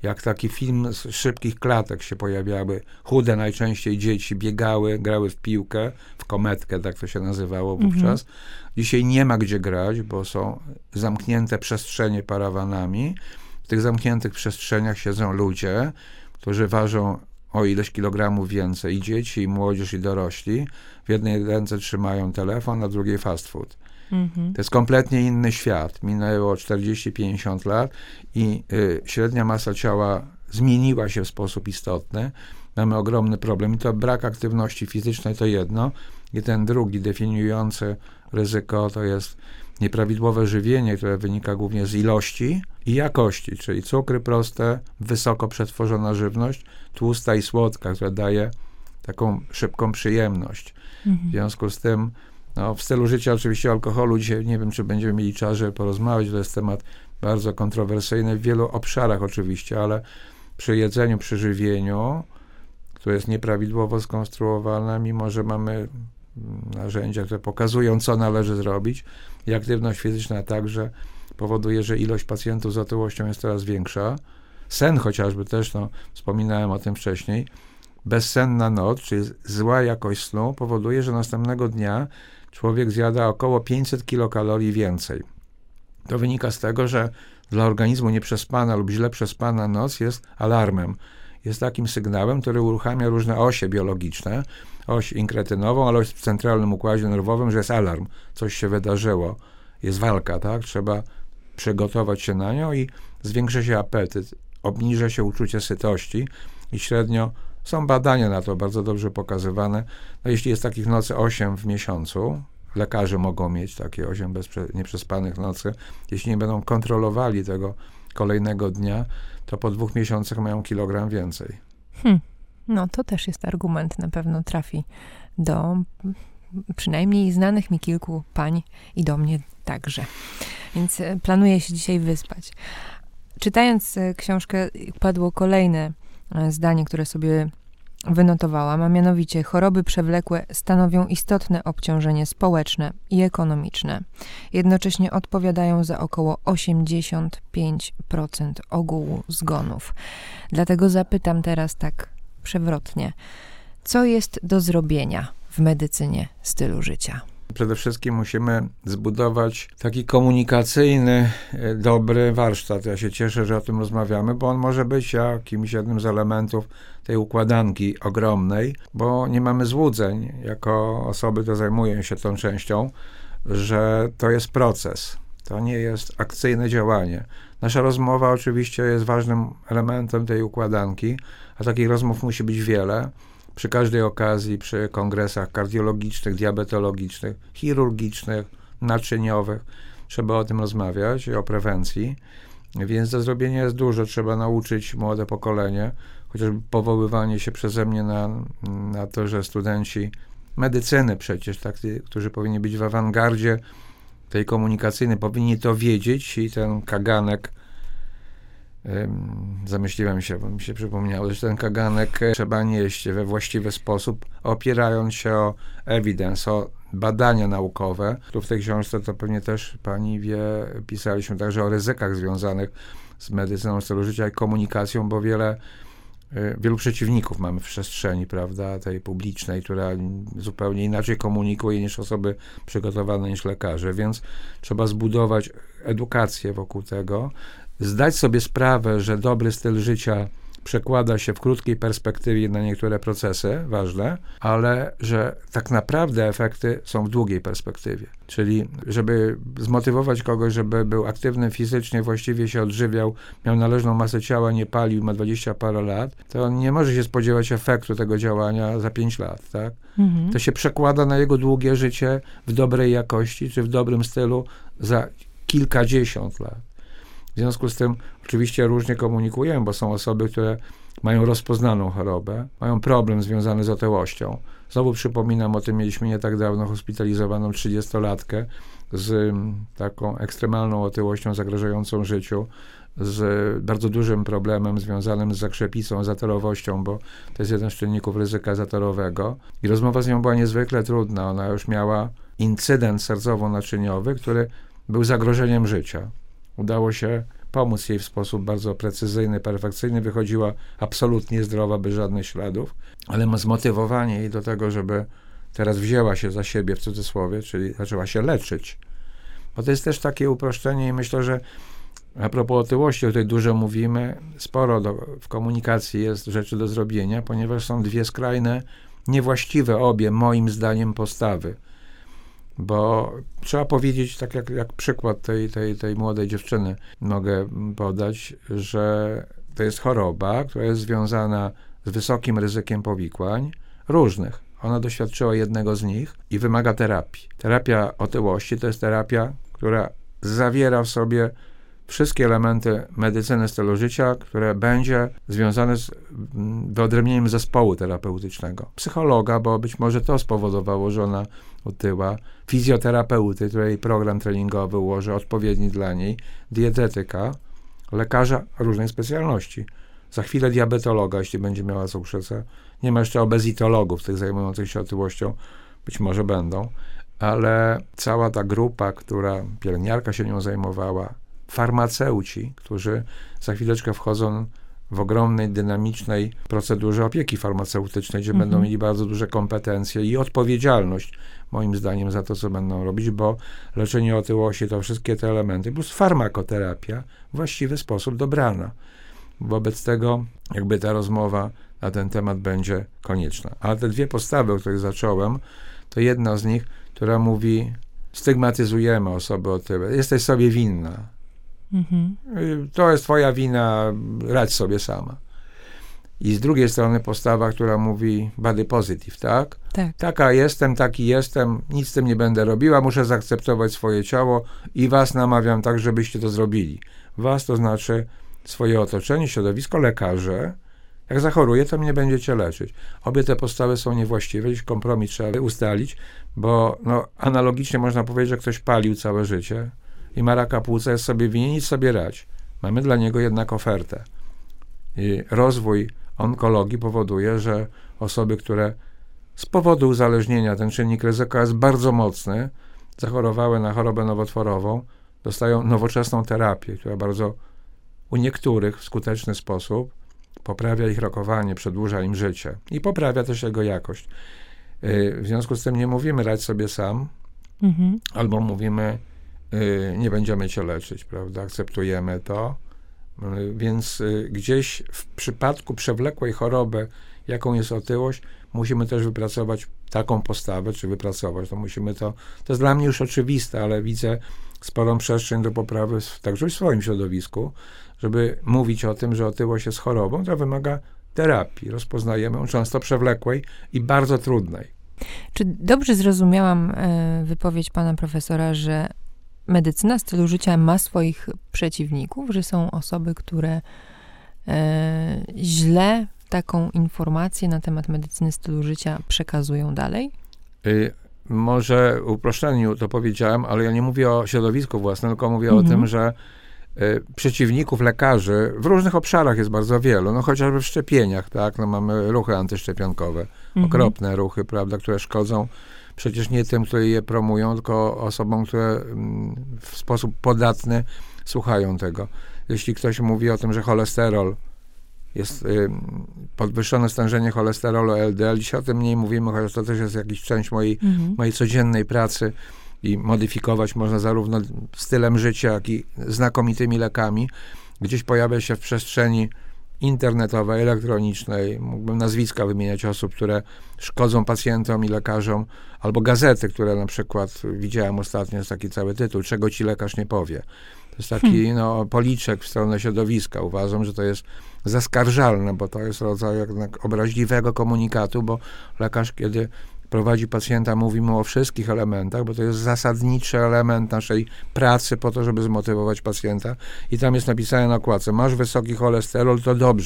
Jak taki film z szybkich klatek się pojawiały. Chude najczęściej dzieci biegały, grały w piłkę, w kometkę, tak to się nazywało wówczas. Mhm. Dzisiaj nie ma gdzie grać, bo są zamknięte przestrzenie parawanami. W tych zamkniętych przestrzeniach siedzą ludzie, którzy ważą o ileś kilogramów więcej. I dzieci, i młodzież, i dorośli. W jednej ręce trzymają telefon, a drugiej fast food. Mhm. To jest kompletnie inny świat. Minęło czterdzieści pięćdziesiąt lat i y, średnia masa ciała zmieniła się w sposób istotny. Mamy ogromny problem. I to brak aktywności fizycznej to jedno. I ten drugi, definiujący ryzyko, to jest nieprawidłowe żywienie, które wynika głównie z ilości i jakości, czyli cukry proste, wysoko przetworzona żywność, tłusta i słodka, która daje taką szybką przyjemność. Mhm. W związku z tym no, w stylu życia oczywiście alkoholu dzisiaj nie wiem, czy będziemy mieli czas, żeby porozmawiać, to jest temat bardzo kontrowersyjny w wielu obszarach oczywiście, ale przy jedzeniu, przy żywieniu, które jest nieprawidłowo skonstruowane, mimo że mamy narzędzia, które pokazują, co należy zrobić, i aktywność fizyczna także powoduje, że ilość pacjentów z otyłością jest coraz większa. Sen chociażby też, no, wspominałem o tym wcześniej, bezsenna noc, czyli zła jakość snu, powoduje, że następnego dnia człowiek zjada około pięćset kilokalorii więcej. To wynika z tego, że dla organizmu nieprzespana lub źle przespana noc jest alarmem. Jest takim sygnałem, który uruchamia różne osie biologiczne, oś inkretynową, ale oś w centralnym układzie nerwowym, że jest alarm, coś się wydarzyło, jest walka, tak? Trzeba przygotować się na nią i zwiększa się apetyt, obniża się uczucie sytości i średnio są badania na to bardzo dobrze pokazywane. No, jeśli jest takich nocy osiem w miesiącu, lekarze mogą mieć takie osiem bezprze- nieprzespanych nocy, jeśli nie będą kontrolowali tego kolejnego dnia, to po dwóch miesiącach mają kilogram więcej. Hmm. No to też jest argument, na pewno trafi do przynajmniej znanych mi kilku pań i do mnie także. Więc planuję się dzisiaj wyspać. Czytając książkę, padło kolejne zdanie, które sobie wynotowałam, a mianowicie choroby przewlekłe stanowią istotne obciążenie społeczne i ekonomiczne. Jednocześnie odpowiadają za około osiemdziesiąt pięć procent ogółu zgonów. Dlatego zapytam teraz tak przewrotnie, co jest do zrobienia w medycynie stylu życia? Przede wszystkim musimy zbudować taki komunikacyjny, dobry warsztat. Ja się cieszę, że o tym rozmawiamy, bo on może być jakimś jednym z elementów tej układanki ogromnej, bo nie mamy złudzeń, jako osoby, które zajmują się tą częścią, że to jest proces. To nie jest akcyjne działanie. Nasza rozmowa oczywiście jest ważnym elementem tej układanki, a takich rozmów musi być wiele. Przy każdej okazji, przy kongresach kardiologicznych, diabetologicznych, chirurgicznych, naczyniowych, trzeba o tym rozmawiać, o prewencji. Więc do zrobienia jest dużo. Trzeba nauczyć młode pokolenie, chociażby powoływanie się przeze mnie na, na to, że studenci medycyny przecież, tak, którzy powinni być w awangardzie tej komunikacyjnej, powinni to wiedzieć i ten kaganek, zamyśliłem się, bo mi się przypomniało, że ten kaganek trzeba nieść we właściwy sposób, opierając się o evidence, o badania naukowe. Tu w tej książce, to pewnie też pani wie, pisaliśmy także o ryzykach związanych z medycyną stylu życia i komunikacją, bo wiele, wielu przeciwników mamy w przestrzeni, prawda, tej publicznej, która zupełnie inaczej komunikuje niż osoby przygotowane, niż lekarze, więc trzeba zbudować edukację wokół tego, zdać sobie sprawę, że dobry styl życia przekłada się w krótkiej perspektywie na niektóre procesy ważne, ale że tak naprawdę efekty są w długiej perspektywie. Czyli żeby zmotywować kogoś, żeby był aktywny fizycznie, właściwie się odżywiał, miał należną masę ciała, nie palił, ma dwadzieścia parę lat, to on nie może się spodziewać efektu tego działania za pięć lat, tak? Mhm. To się przekłada na jego długie życie w dobrej jakości, czy w dobrym stylu za kilkadziesiąt lat. W związku z tym oczywiście różnie komunikujemy, bo są osoby, które mają rozpoznaną chorobę, mają problem związany z otyłością. Znowu przypominam, o tym mieliśmy nie tak dawno hospitalizowaną trzydziestolatkę z taką ekstremalną otyłością zagrażającą życiu, z bardzo dużym problemem związanym z zakrzepicą, zatorowością, bo to jest jeden z czynników ryzyka zatorowego. I rozmowa z nią była niezwykle trudna. Ona już miała incydent sercowo-naczyniowy, który był zagrożeniem życia. Udało się pomóc jej w sposób bardzo precyzyjny, perfekcyjny, wychodziła absolutnie zdrowa, bez żadnych śladów, ale zmotywowanie jej do tego, żeby teraz wzięła się za siebie, w cudzysłowie, czyli zaczęła się leczyć. Bo to jest też takie uproszczenie i myślę, że a propos otyłości, o której dużo mówimy, sporo do, w komunikacji jest rzeczy do zrobienia, ponieważ są dwie skrajne, niewłaściwe obie, moim zdaniem, postawy. Bo trzeba powiedzieć, tak jak, jak przykład tej, tej, tej młodej dziewczyny mogę podać, że to jest choroba, która jest związana z wysokim ryzykiem powikłań różnych. Ona doświadczyła jednego z nich i wymaga terapii. Terapia otyłości to jest terapia, która zawiera w sobie wszystkie elementy medycyny stylu życia, które będzie związane z wyodrębnieniem zespołu terapeutycznego. Psychologa, bo być może to spowodowało, że ona otyła, fizjoterapeuty, której program treningowy ułoży odpowiedni dla niej, dietetyka, lekarza różnej specjalności. Za chwilę diabetologa, jeśli będzie miała cukrzycę. Nie ma jeszcze obezitologów, tych zajmujących się otyłością, być może będą, ale cała ta grupa, która, pielęgniarka się nią zajmowała, farmaceuci, którzy za chwileczkę wchodzą w ogromnej, dynamicznej procedurze opieki farmaceutycznej, gdzie mhm. będą mieli bardzo duże kompetencje i odpowiedzialność, moim zdaniem, za to, co będą robić, bo leczenie otyłości to wszystkie te elementy, plus farmakoterapia w właściwy sposób dobrana. Wobec tego jakby ta rozmowa na ten temat będzie konieczna. A te dwie postawy, o których zacząłem, to jedna z nich, która mówi, stygmatyzujemy osoby otyłe, jesteś sobie winna. Mhm. To jest twoja wina, radź sobie sama. I z drugiej strony postawa, która mówi body positive, tak? tak? Taka jestem, taki jestem, nic z tym nie będę robiła, muszę zaakceptować swoje ciało i was namawiam tak, żebyście to zrobili. Was to znaczy swoje otoczenie, środowisko, lekarze. Jak zachoruję, to mnie będziecie leczyć. Obie te postawy są niewłaściwe, jakiś kompromis trzeba ustalić, bo no, analogicznie można powiedzieć, że ktoś palił całe życie i ma raka płuca, jest sobie winien, nic sobie radź. Mamy dla niego jednak ofertę. I rozwój onkologii powoduje, że osoby, które z powodu uzależnienia, ten czynnik ryzyka jest bardzo mocny, zachorowały na chorobę nowotworową, dostają nowoczesną terapię, która bardzo u niektórych w skuteczny sposób poprawia ich rokowanie, przedłuża im życie i poprawia też jego jakość. W związku z tym nie mówimy radź sobie sam, mhm. albo mówimy nie będziemy cię leczyć, prawda, akceptujemy to, więc gdzieś w przypadku przewlekłej choroby, jaką jest otyłość, musimy też wypracować taką postawę, czy wypracować, to musimy to, to jest dla mnie już oczywiste, ale widzę sporą przestrzeń do poprawy także w swoim środowisku, żeby mówić o tym, że otyłość jest chorobą, która wymaga terapii. Rozpoznajemy ją często przewlekłej i bardzo trudnej. Czy dobrze zrozumiałam wypowiedź pana profesora, że medycyna stylu życia ma swoich przeciwników, że są osoby, które e, źle taką informację na temat medycyny stylu życia przekazują dalej? Y, może w uproszczeniu to powiedziałem, ale ja nie mówię o środowisku własnym, tylko mówię mhm. o tym, że y, przeciwników lekarzy w różnych obszarach jest bardzo wielu, no chociażby w szczepieniach, tak, no mamy ruchy antyszczepionkowe, mhm. okropne ruchy, prawda, które szkodzą przecież nie tym, którzy je promują, tylko osobom, które w sposób podatny słuchają tego. Jeśli ktoś mówi o tym, że cholesterol jest y, podwyższone stężenie cholesterolu L D L, dzisiaj o tym mniej mówimy, chociaż to też jest jakaś część mojej, mhm. mojej codziennej pracy i modyfikować można zarówno stylem życia, jak i znakomitymi lekami. Gdzieś pojawia się w przestrzeni internetowej, elektronicznej, mógłbym nazwiska wymieniać osób, które szkodzą pacjentom i lekarzom, albo gazety, które na przykład widziałem ostatnio, jest taki cały tytuł, czego ci lekarz nie powie. To jest taki hmm. no, policzek w stronę środowiska. Uważam, że to jest zaskarżalne, bo to jest rodzaj jednak obraźliwego komunikatu, bo lekarz, kiedy prowadzi pacjenta, mówi mu o wszystkich elementach, bo to jest zasadniczy element naszej pracy po to, żeby zmotywować pacjenta. I tam jest napisane na okładce, masz wysoki cholesterol, to dobrze.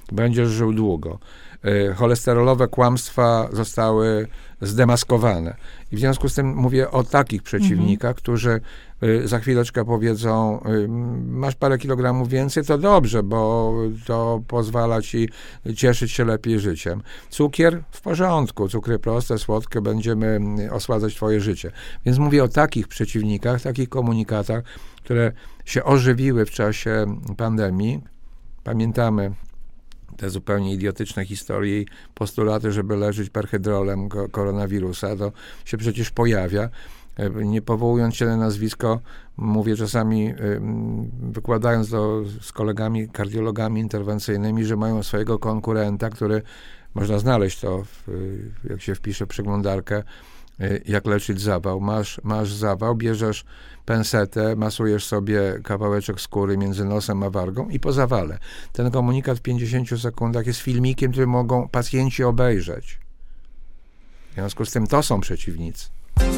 będziesz żył długo. Cholesterolowe kłamstwa zostały zdemaskowane. I w związku z tym mówię o takich przeciwnikach, mhm. którzy za chwileczkę powiedzą, masz parę kilogramów więcej, to dobrze, bo to pozwala ci cieszyć się lepiej życiem. Cukier w porządku, cukry proste, słodkie, będziemy osładzać twoje życie. Więc mówię o takich przeciwnikach, takich komunikatach, które się ożywiły w czasie pandemii. Pamiętamy te zupełnie idiotyczne historie i postulaty, żeby leczyć perhydrolem koronawirusa, to się przecież pojawia. Nie powołując się na nazwisko, mówię czasami, wykładając to z kolegami kardiologami interwencyjnymi, że mają swojego konkurenta, który, można znaleźć to, w, jak się wpisze w przeglądarkę, jak leczyć zawał. Masz, masz zawał, bierzesz pensetę, masujesz sobie kawałeczek skóry między nosem a wargą i po zawale. Ten komunikat w pięćdziesięciu sekundach jest filmikiem, który mogą pacjenci obejrzeć. W związku z tym to są przeciwnicy.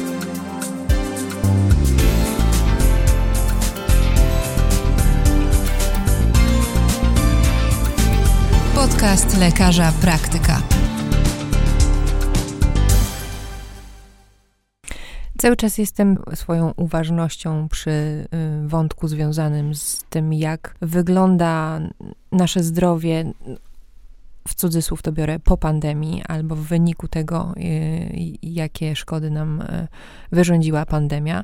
Podcast Lekarza Praktyka. Cały czas jestem swoją uważnością przy wątku związanym z tym, jak wygląda nasze zdrowie, w cudzysłów to biorę, po pandemii, albo w wyniku tego, jakie szkody nam wyrządziła pandemia.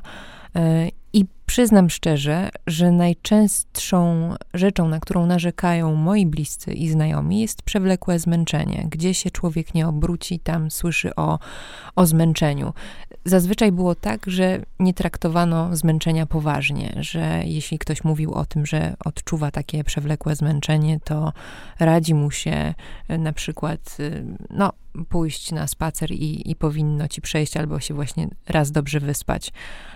I przyznam szczerze, że najczęstszą rzeczą, na którą narzekają moi bliscy i znajomi, jest przewlekłe zmęczenie. Gdzie się człowiek nie obróci, tam słyszy o, o zmęczeniu. Zazwyczaj było tak, że nie traktowano zmęczenia poważnie, że jeśli ktoś mówił o tym, że odczuwa takie przewlekłe zmęczenie, to radzi mu się na przykład no, pójść na spacer i, i powinno ci przejść, albo się właśnie raz dobrze wyspać.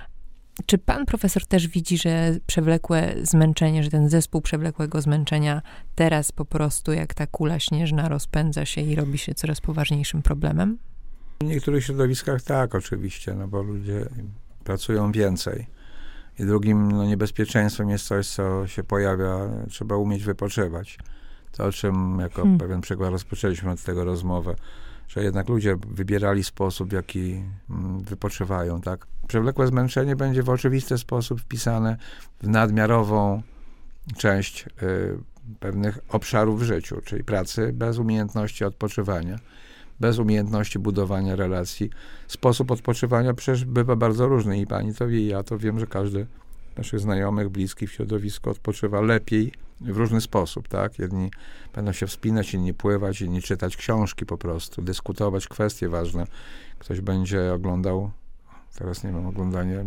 Czy pan profesor też widzi, że przewlekłe zmęczenie, że ten zespół przewlekłego zmęczenia teraz po prostu jak ta kula śnieżna rozpędza się i robi się coraz poważniejszym problemem? W niektórych środowiskach tak, oczywiście, no bo ludzie pracują więcej. I drugim no, niebezpieczeństwem jest coś, co się pojawia, trzeba umieć wypoczywać. To, o czym jako hmm. pewien przykład rozpoczęliśmy od tego rozmowę, że jednak ludzie wybierali sposób, w jaki wypoczywają, tak? Przewlekłe zmęczenie będzie w oczywisty sposób wpisane w nadmiarową część y, pewnych obszarów w życiu, czyli pracy bez umiejętności odpoczywania, bez umiejętności budowania relacji. Sposób odpoczywania przecież bywa bardzo różny i pani to wie, i ja to wiem, że każdy z naszych znajomych, bliskich w środowisku odpoczywa lepiej w różny sposób, tak? Jedni będą się wspinać, inni pływać, inni czytać książki po prostu, dyskutować kwestie ważne. Ktoś będzie oglądał, teraz nie wiem, oglądanie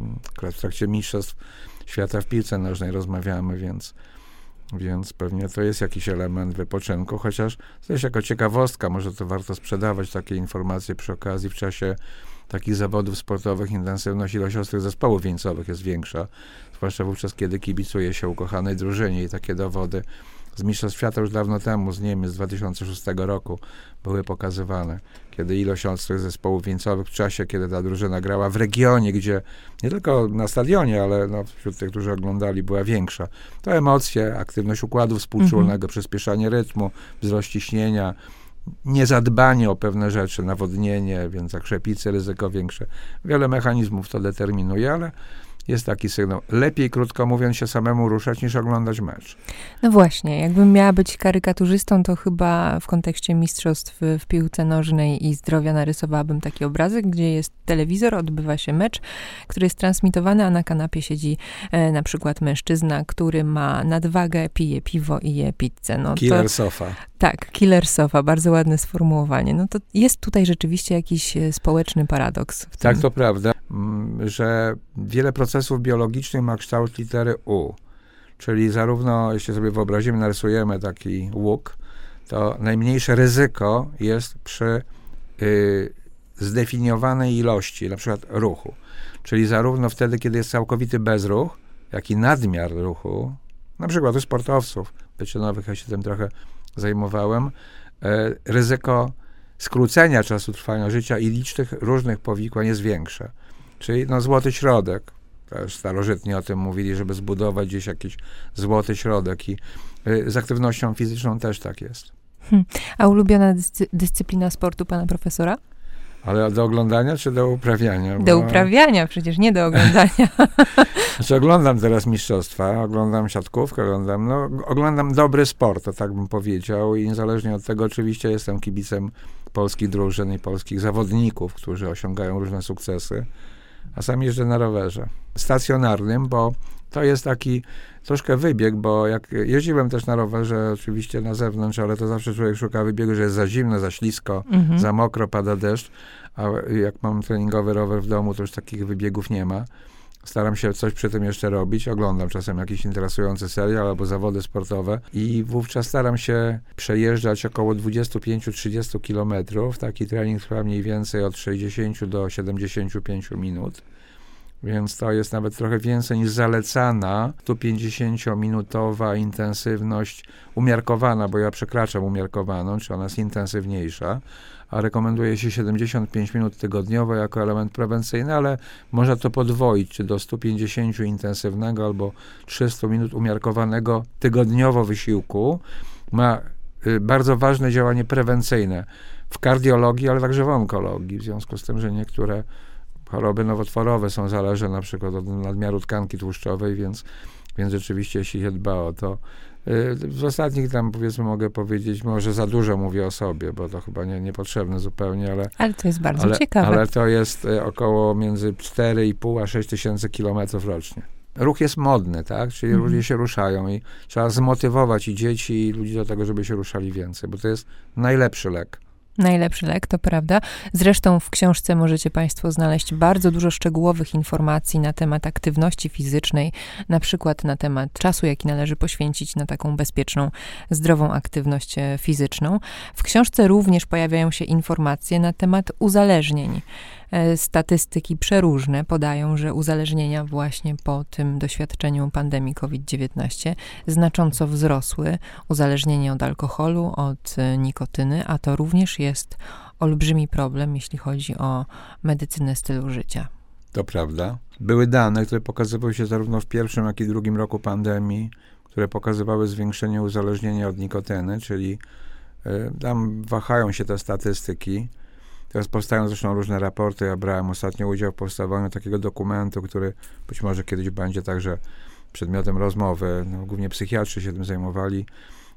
w trakcie mistrzostw świata w piłce nożnej rozmawiamy, więc, więc pewnie to jest jakiś element wypoczynku, chociaż też jako ciekawostka, może to warto sprzedawać takie informacje przy okazji w czasie takich zawodów sportowych intensywność ilość ostrych zespołów wieńcowych jest większa, zwłaszcza wówczas, kiedy kibicuje się ukochanej drużynie i takie dowody z Mistrzostw Świata już dawno temu, z Niemiec z dwa tysiące szóstego roku były pokazywane, kiedy ilość ostrych zespołów wieńcowych w czasie, kiedy ta drużyna grała w regionie, gdzie nie tylko na stadionie, ale no, wśród tych, którzy oglądali, była większa. To emocje, aktywność układu współczulnego, mm-hmm. przyspieszanie rytmu, wzrost ciśnienia, niezadbanie o pewne rzeczy, nawodnienie, więc zakrzepicy, ryzyko większe. Wiele mechanizmów to determinuje, ale jest taki sygnał. Lepiej, krótko mówiąc, się samemu ruszać, niż oglądać mecz. No właśnie, jakbym miała być karykaturzystą, to chyba w kontekście mistrzostw w piłce nożnej i zdrowia narysowałabym taki obrazek, gdzie jest telewizor, odbywa się mecz, który jest transmitowany, a na kanapie siedzi e, na przykład mężczyzna, który ma nadwagę, pije piwo i je pizzę. No killer to, sofa. Tak, killer sofa, bardzo ładne sformułowanie. No to jest tutaj rzeczywiście jakiś społeczny paradoks. W tym. Tak, to prawda, że wiele procesów biologicznych ma kształt litery U. Czyli zarówno, jeśli sobie wyobrazimy, narysujemy taki łuk, to najmniejsze ryzyko jest przy y, zdefiniowanej ilości, na przykład ruchu. Czyli zarówno wtedy, kiedy jest całkowity bezruch, jak i nadmiar ruchu, na przykład u sportowców wyczynowych, ja się tym trochę zajmowałem, y, ryzyko skrócenia czasu trwania życia i licznych różnych powikłań jest większe. Czyli no, złoty środek. też starożytni o tym mówili, żeby zbudować gdzieś jakiś złoty środek i y, z aktywnością fizyczną też tak jest. Hmm. A ulubiona dyscy- dyscyplina sportu pana profesora? Ale do oglądania czy do uprawiania? Do Bo... uprawiania, przecież nie do oglądania. Znaczy oglądam teraz mistrzostwa, oglądam siatkówkę, oglądam, no, oglądam dobry sport, to tak bym powiedział i niezależnie od tego oczywiście jestem kibicem polskich drużyn i polskich zawodników, którzy osiągają różne sukcesy, a sam jeżdżę na rowerze stacjonarnym, bo to jest taki troszkę wybieg, bo jak jeździłem też na rowerze oczywiście na zewnątrz, ale to zawsze człowiek szuka wybiegu, że jest za zimno, za ślisko, mhm. za mokro, pada deszcz, a jak mam treningowy rower w domu, to już takich wybiegów nie ma. Staram się coś przy tym jeszcze robić. Oglądam czasem jakiś interesujący serial albo zawody sportowe i wówczas staram się przejeżdżać około dwadzieścia pięć do trzydziestu kilometrów. Taki trening trwa mniej więcej od sześćdziesięciu do siedemdziesięciu pięciu minut. Więc to jest nawet trochę więcej niż zalecana sto pięćdziesięciominutowa intensywność umiarkowana, bo ja przekraczam umiarkowaną, czy ona jest intensywniejsza, a rekomenduje się siedemdziesiąt pięć minut tygodniowo jako element prewencyjny, ale można to podwoić, czy do stu pięćdziesięciu intensywnego albo trzystu minut umiarkowanego tygodniowo wysiłku. Ma y, bardzo ważne działanie prewencyjne w kardiologii, ale także w onkologii, w związku z tym, że niektóre choroby nowotworowe są zależne na przykład od nadmiaru tkanki tłuszczowej, więc, więc rzeczywiście jeśli się dba o to. W ostatnich tam powiedzmy mogę powiedzieć, może za dużo mówię o sobie, bo to chyba nie, niepotrzebne zupełnie, ale... Ale to jest bardzo ale, ciekawe. Ale to jest około między cztery i pół a sześć tysięcy kilometrów rocznie. Ruch jest modny, tak? Czyli mm. ludzie się ruszają i trzeba zmotywować i dzieci, i ludzi do tego, żeby się ruszali więcej, bo to jest najlepszy lek. Najlepszy lek, to prawda. Zresztą w książce możecie państwo znaleźć bardzo dużo szczegółowych informacji na temat aktywności fizycznej, na przykład na temat czasu, jaki należy poświęcić na taką bezpieczną, zdrową aktywność fizyczną. W książce również pojawiają się informacje na temat uzależnień. Statystyki przeróżne podają, że uzależnienia właśnie po tym doświadczeniu pandemii kowid dziewiętnaście znacząco wzrosły. Uzależnienie od alkoholu, od nikotyny, a to również jest olbrzymi problem, jeśli chodzi o medycynę stylu życia. To prawda. Były dane, które pokazywały się zarówno w pierwszym, jak i drugim roku pandemii, które pokazywały zwiększenie uzależnienia od nikotyny, czyli y, tam wahają się te statystyki. Teraz powstają zresztą różne raporty. Ja brałem ostatnio udział w powstawaniu takiego dokumentu, który być może kiedyś będzie także przedmiotem rozmowy. No, głównie psychiatrzy się tym zajmowali.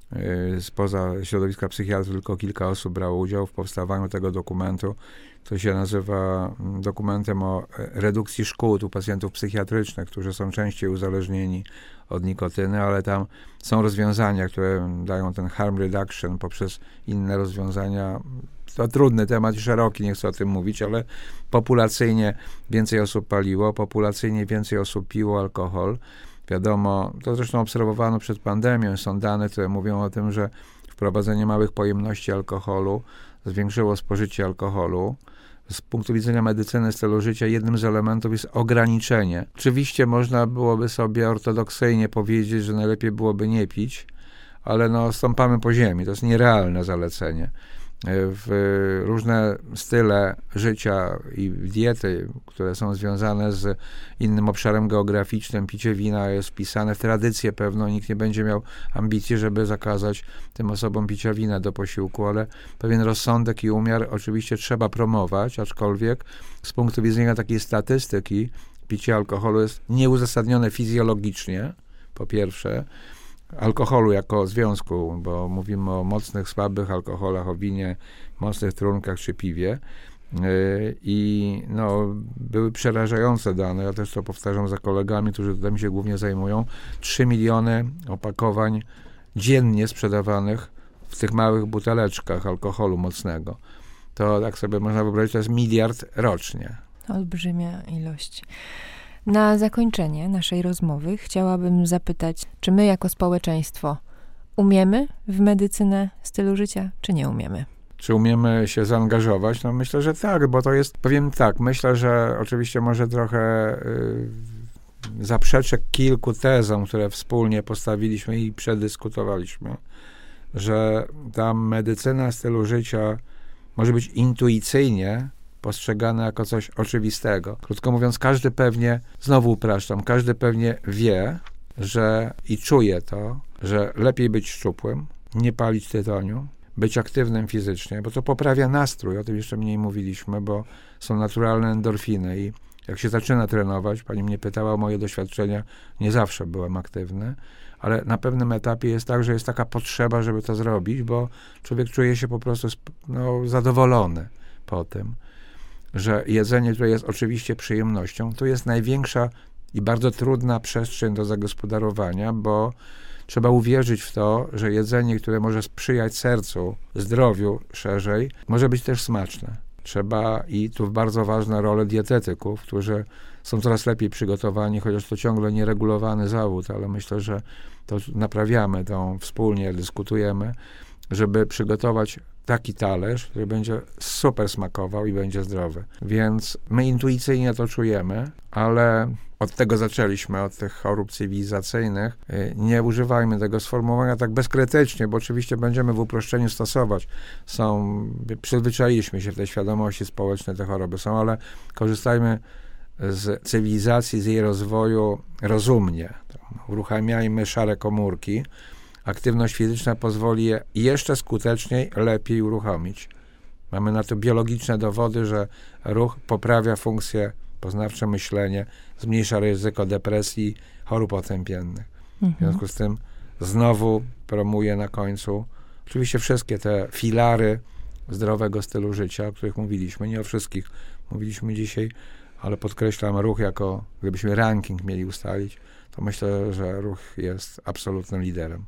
Yy, spoza środowiska psychiatrów tylko kilka osób brało udział w powstawaniu tego dokumentu. To się nazywa dokumentem o redukcji szkód u pacjentów psychiatrycznych, którzy są częściej uzależnieni od nikotyny, ale tam są rozwiązania, które dają ten harm reduction poprzez inne rozwiązania. To trudny temat i szeroki, nie chcę o tym mówić, ale populacyjnie więcej osób paliło, populacyjnie więcej osób piło alkohol. Wiadomo, to zresztą obserwowano przed pandemią, są dane, które mówią o tym, że wprowadzenie małych pojemności alkoholu zwiększyło spożycie alkoholu. Z punktu widzenia medycyny stylu życia jednym z elementów jest ograniczenie. Oczywiście można byłoby sobie ortodoksyjnie powiedzieć, że najlepiej byłoby nie pić, ale no stąpamy po ziemi, to jest nierealne zalecenie. W różne style życia i diety, które są związane z innym obszarem geograficznym, picie wina jest wpisane w tradycję pewną, nikt nie będzie miał ambicji, żeby zakazać tym osobom picia wina do posiłku, ale pewien rozsądek i umiar oczywiście trzeba promować, aczkolwiek z punktu widzenia takiej statystyki picie alkoholu jest nieuzasadnione fizjologicznie, po pierwsze, alkoholu jako związku, bo mówimy o mocnych, słabych alkoholach, o winie, mocnych trunkach czy piwie. I no, były przerażające dane, ja też to powtarzam za kolegami, którzy tym się głównie zajmują. trzy miliony opakowań dziennie sprzedawanych w tych małych buteleczkach alkoholu mocnego. To tak sobie można wyobrazić, to jest miliard rocznie. Olbrzymia ilość. Na zakończenie naszej rozmowy chciałabym zapytać, czy my jako społeczeństwo umiemy w medycynę stylu życia, czy nie umiemy? Czy umiemy się zaangażować? No myślę, że tak, bo to jest, powiem tak, myślę, że oczywiście może trochę yy, zaprzeczę kilku tezom, które wspólnie postawiliśmy i przedyskutowaliśmy, że ta medycyna stylu życia może być intuicyjnie postrzegane jako coś oczywistego. Krótko mówiąc, każdy pewnie, znowu upraszczam, każdy pewnie wie, że i czuje to, że lepiej być szczupłym, nie palić tytoniu, być aktywnym fizycznie, bo to poprawia nastrój, o tym jeszcze mniej mówiliśmy, bo są naturalne endorfiny i jak się zaczyna trenować, pani mnie pytała o moje doświadczenia, nie zawsze byłem aktywny, ale na pewnym etapie jest tak, że jest taka potrzeba, żeby to zrobić, bo człowiek czuje się po prostu no, zadowolony po tym, że jedzenie, które jest oczywiście przyjemnością, to jest największa i bardzo trudna przestrzeń do zagospodarowania, bo trzeba uwierzyć w to, że jedzenie, które może sprzyjać sercu, zdrowiu szerzej, może być też smaczne. Trzeba, i tu bardzo ważna rola dietetyków, którzy są coraz lepiej przygotowani, chociaż to ciągle nieregulowany zawód, ale myślę, że to naprawiamy, to wspólnie dyskutujemy, żeby przygotować taki talerz, który będzie super smakował i będzie zdrowy. Więc my intuicyjnie to czujemy, ale od tego zaczęliśmy, od tych chorób cywilizacyjnych. Nie używajmy tego sformułowania tak bezkrytycznie, bo oczywiście będziemy w uproszczeniu stosować. Są, przyzwyczailiśmy się w tej świadomości społecznej, te choroby są, ale korzystajmy z cywilizacji, z jej rozwoju rozumnie. Uruchamiajmy szare komórki. Aktywność fizyczna pozwoli je jeszcze skuteczniej, lepiej uruchomić. Mamy na to biologiczne dowody, że ruch poprawia funkcje poznawcze, myślenie, zmniejsza ryzyko depresji, chorób otępiennych. Mhm. W związku z tym znowu promuję na końcu oczywiście wszystkie te filary zdrowego stylu życia, o których mówiliśmy. Nie o wszystkich mówiliśmy dzisiaj, ale podkreślam ruch jako, gdybyśmy ranking mieli ustalić, to myślę, że ruch jest absolutnym liderem.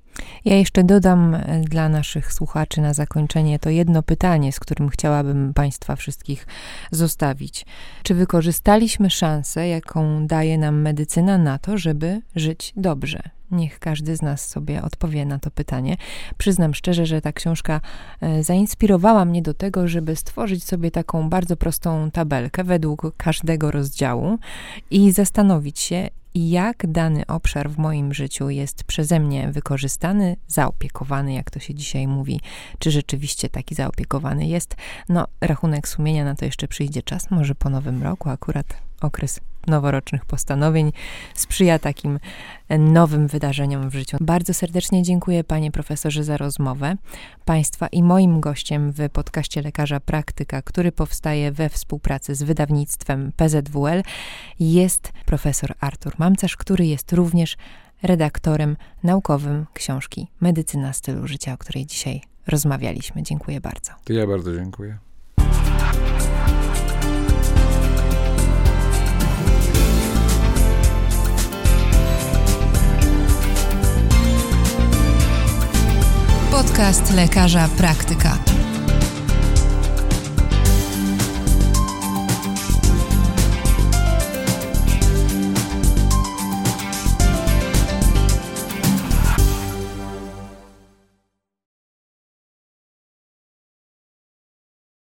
Ja jeszcze dodam dla naszych słuchaczy na zakończenie to jedno pytanie, z którym chciałabym Państwa wszystkich zostawić. Czy wykorzystaliśmy szansę, jaką daje nam medycyna na to, żeby żyć dobrze? Niech każdy z nas sobie odpowie na to pytanie. Przyznam szczerze, że ta książka zainspirowała mnie do tego, żeby stworzyć sobie taką bardzo prostą tabelkę według każdego rozdziału i zastanowić się, jak dany obszar w moim życiu jest przeze mnie wykorzystany, zaopiekowany, jak to się dzisiaj mówi, czy rzeczywiście taki zaopiekowany jest. No, rachunek sumienia, na to jeszcze przyjdzie czas, może po nowym roku, akurat okres noworocznych postanowień sprzyja takim nowym wydarzeniom w życiu. Bardzo serdecznie dziękuję panie profesorze za rozmowę. Państwa i moim gościem w podcaście Lekarza Praktyka, który powstaje we współpracy z wydawnictwem P Z W L, jest profesor Artur Mamcarz, który jest również redaktorem naukowym książki Medycyna stylu życia, o której dzisiaj rozmawialiśmy. Dziękuję bardzo. To ja bardzo dziękuję. Podcast Lekarza Praktyka.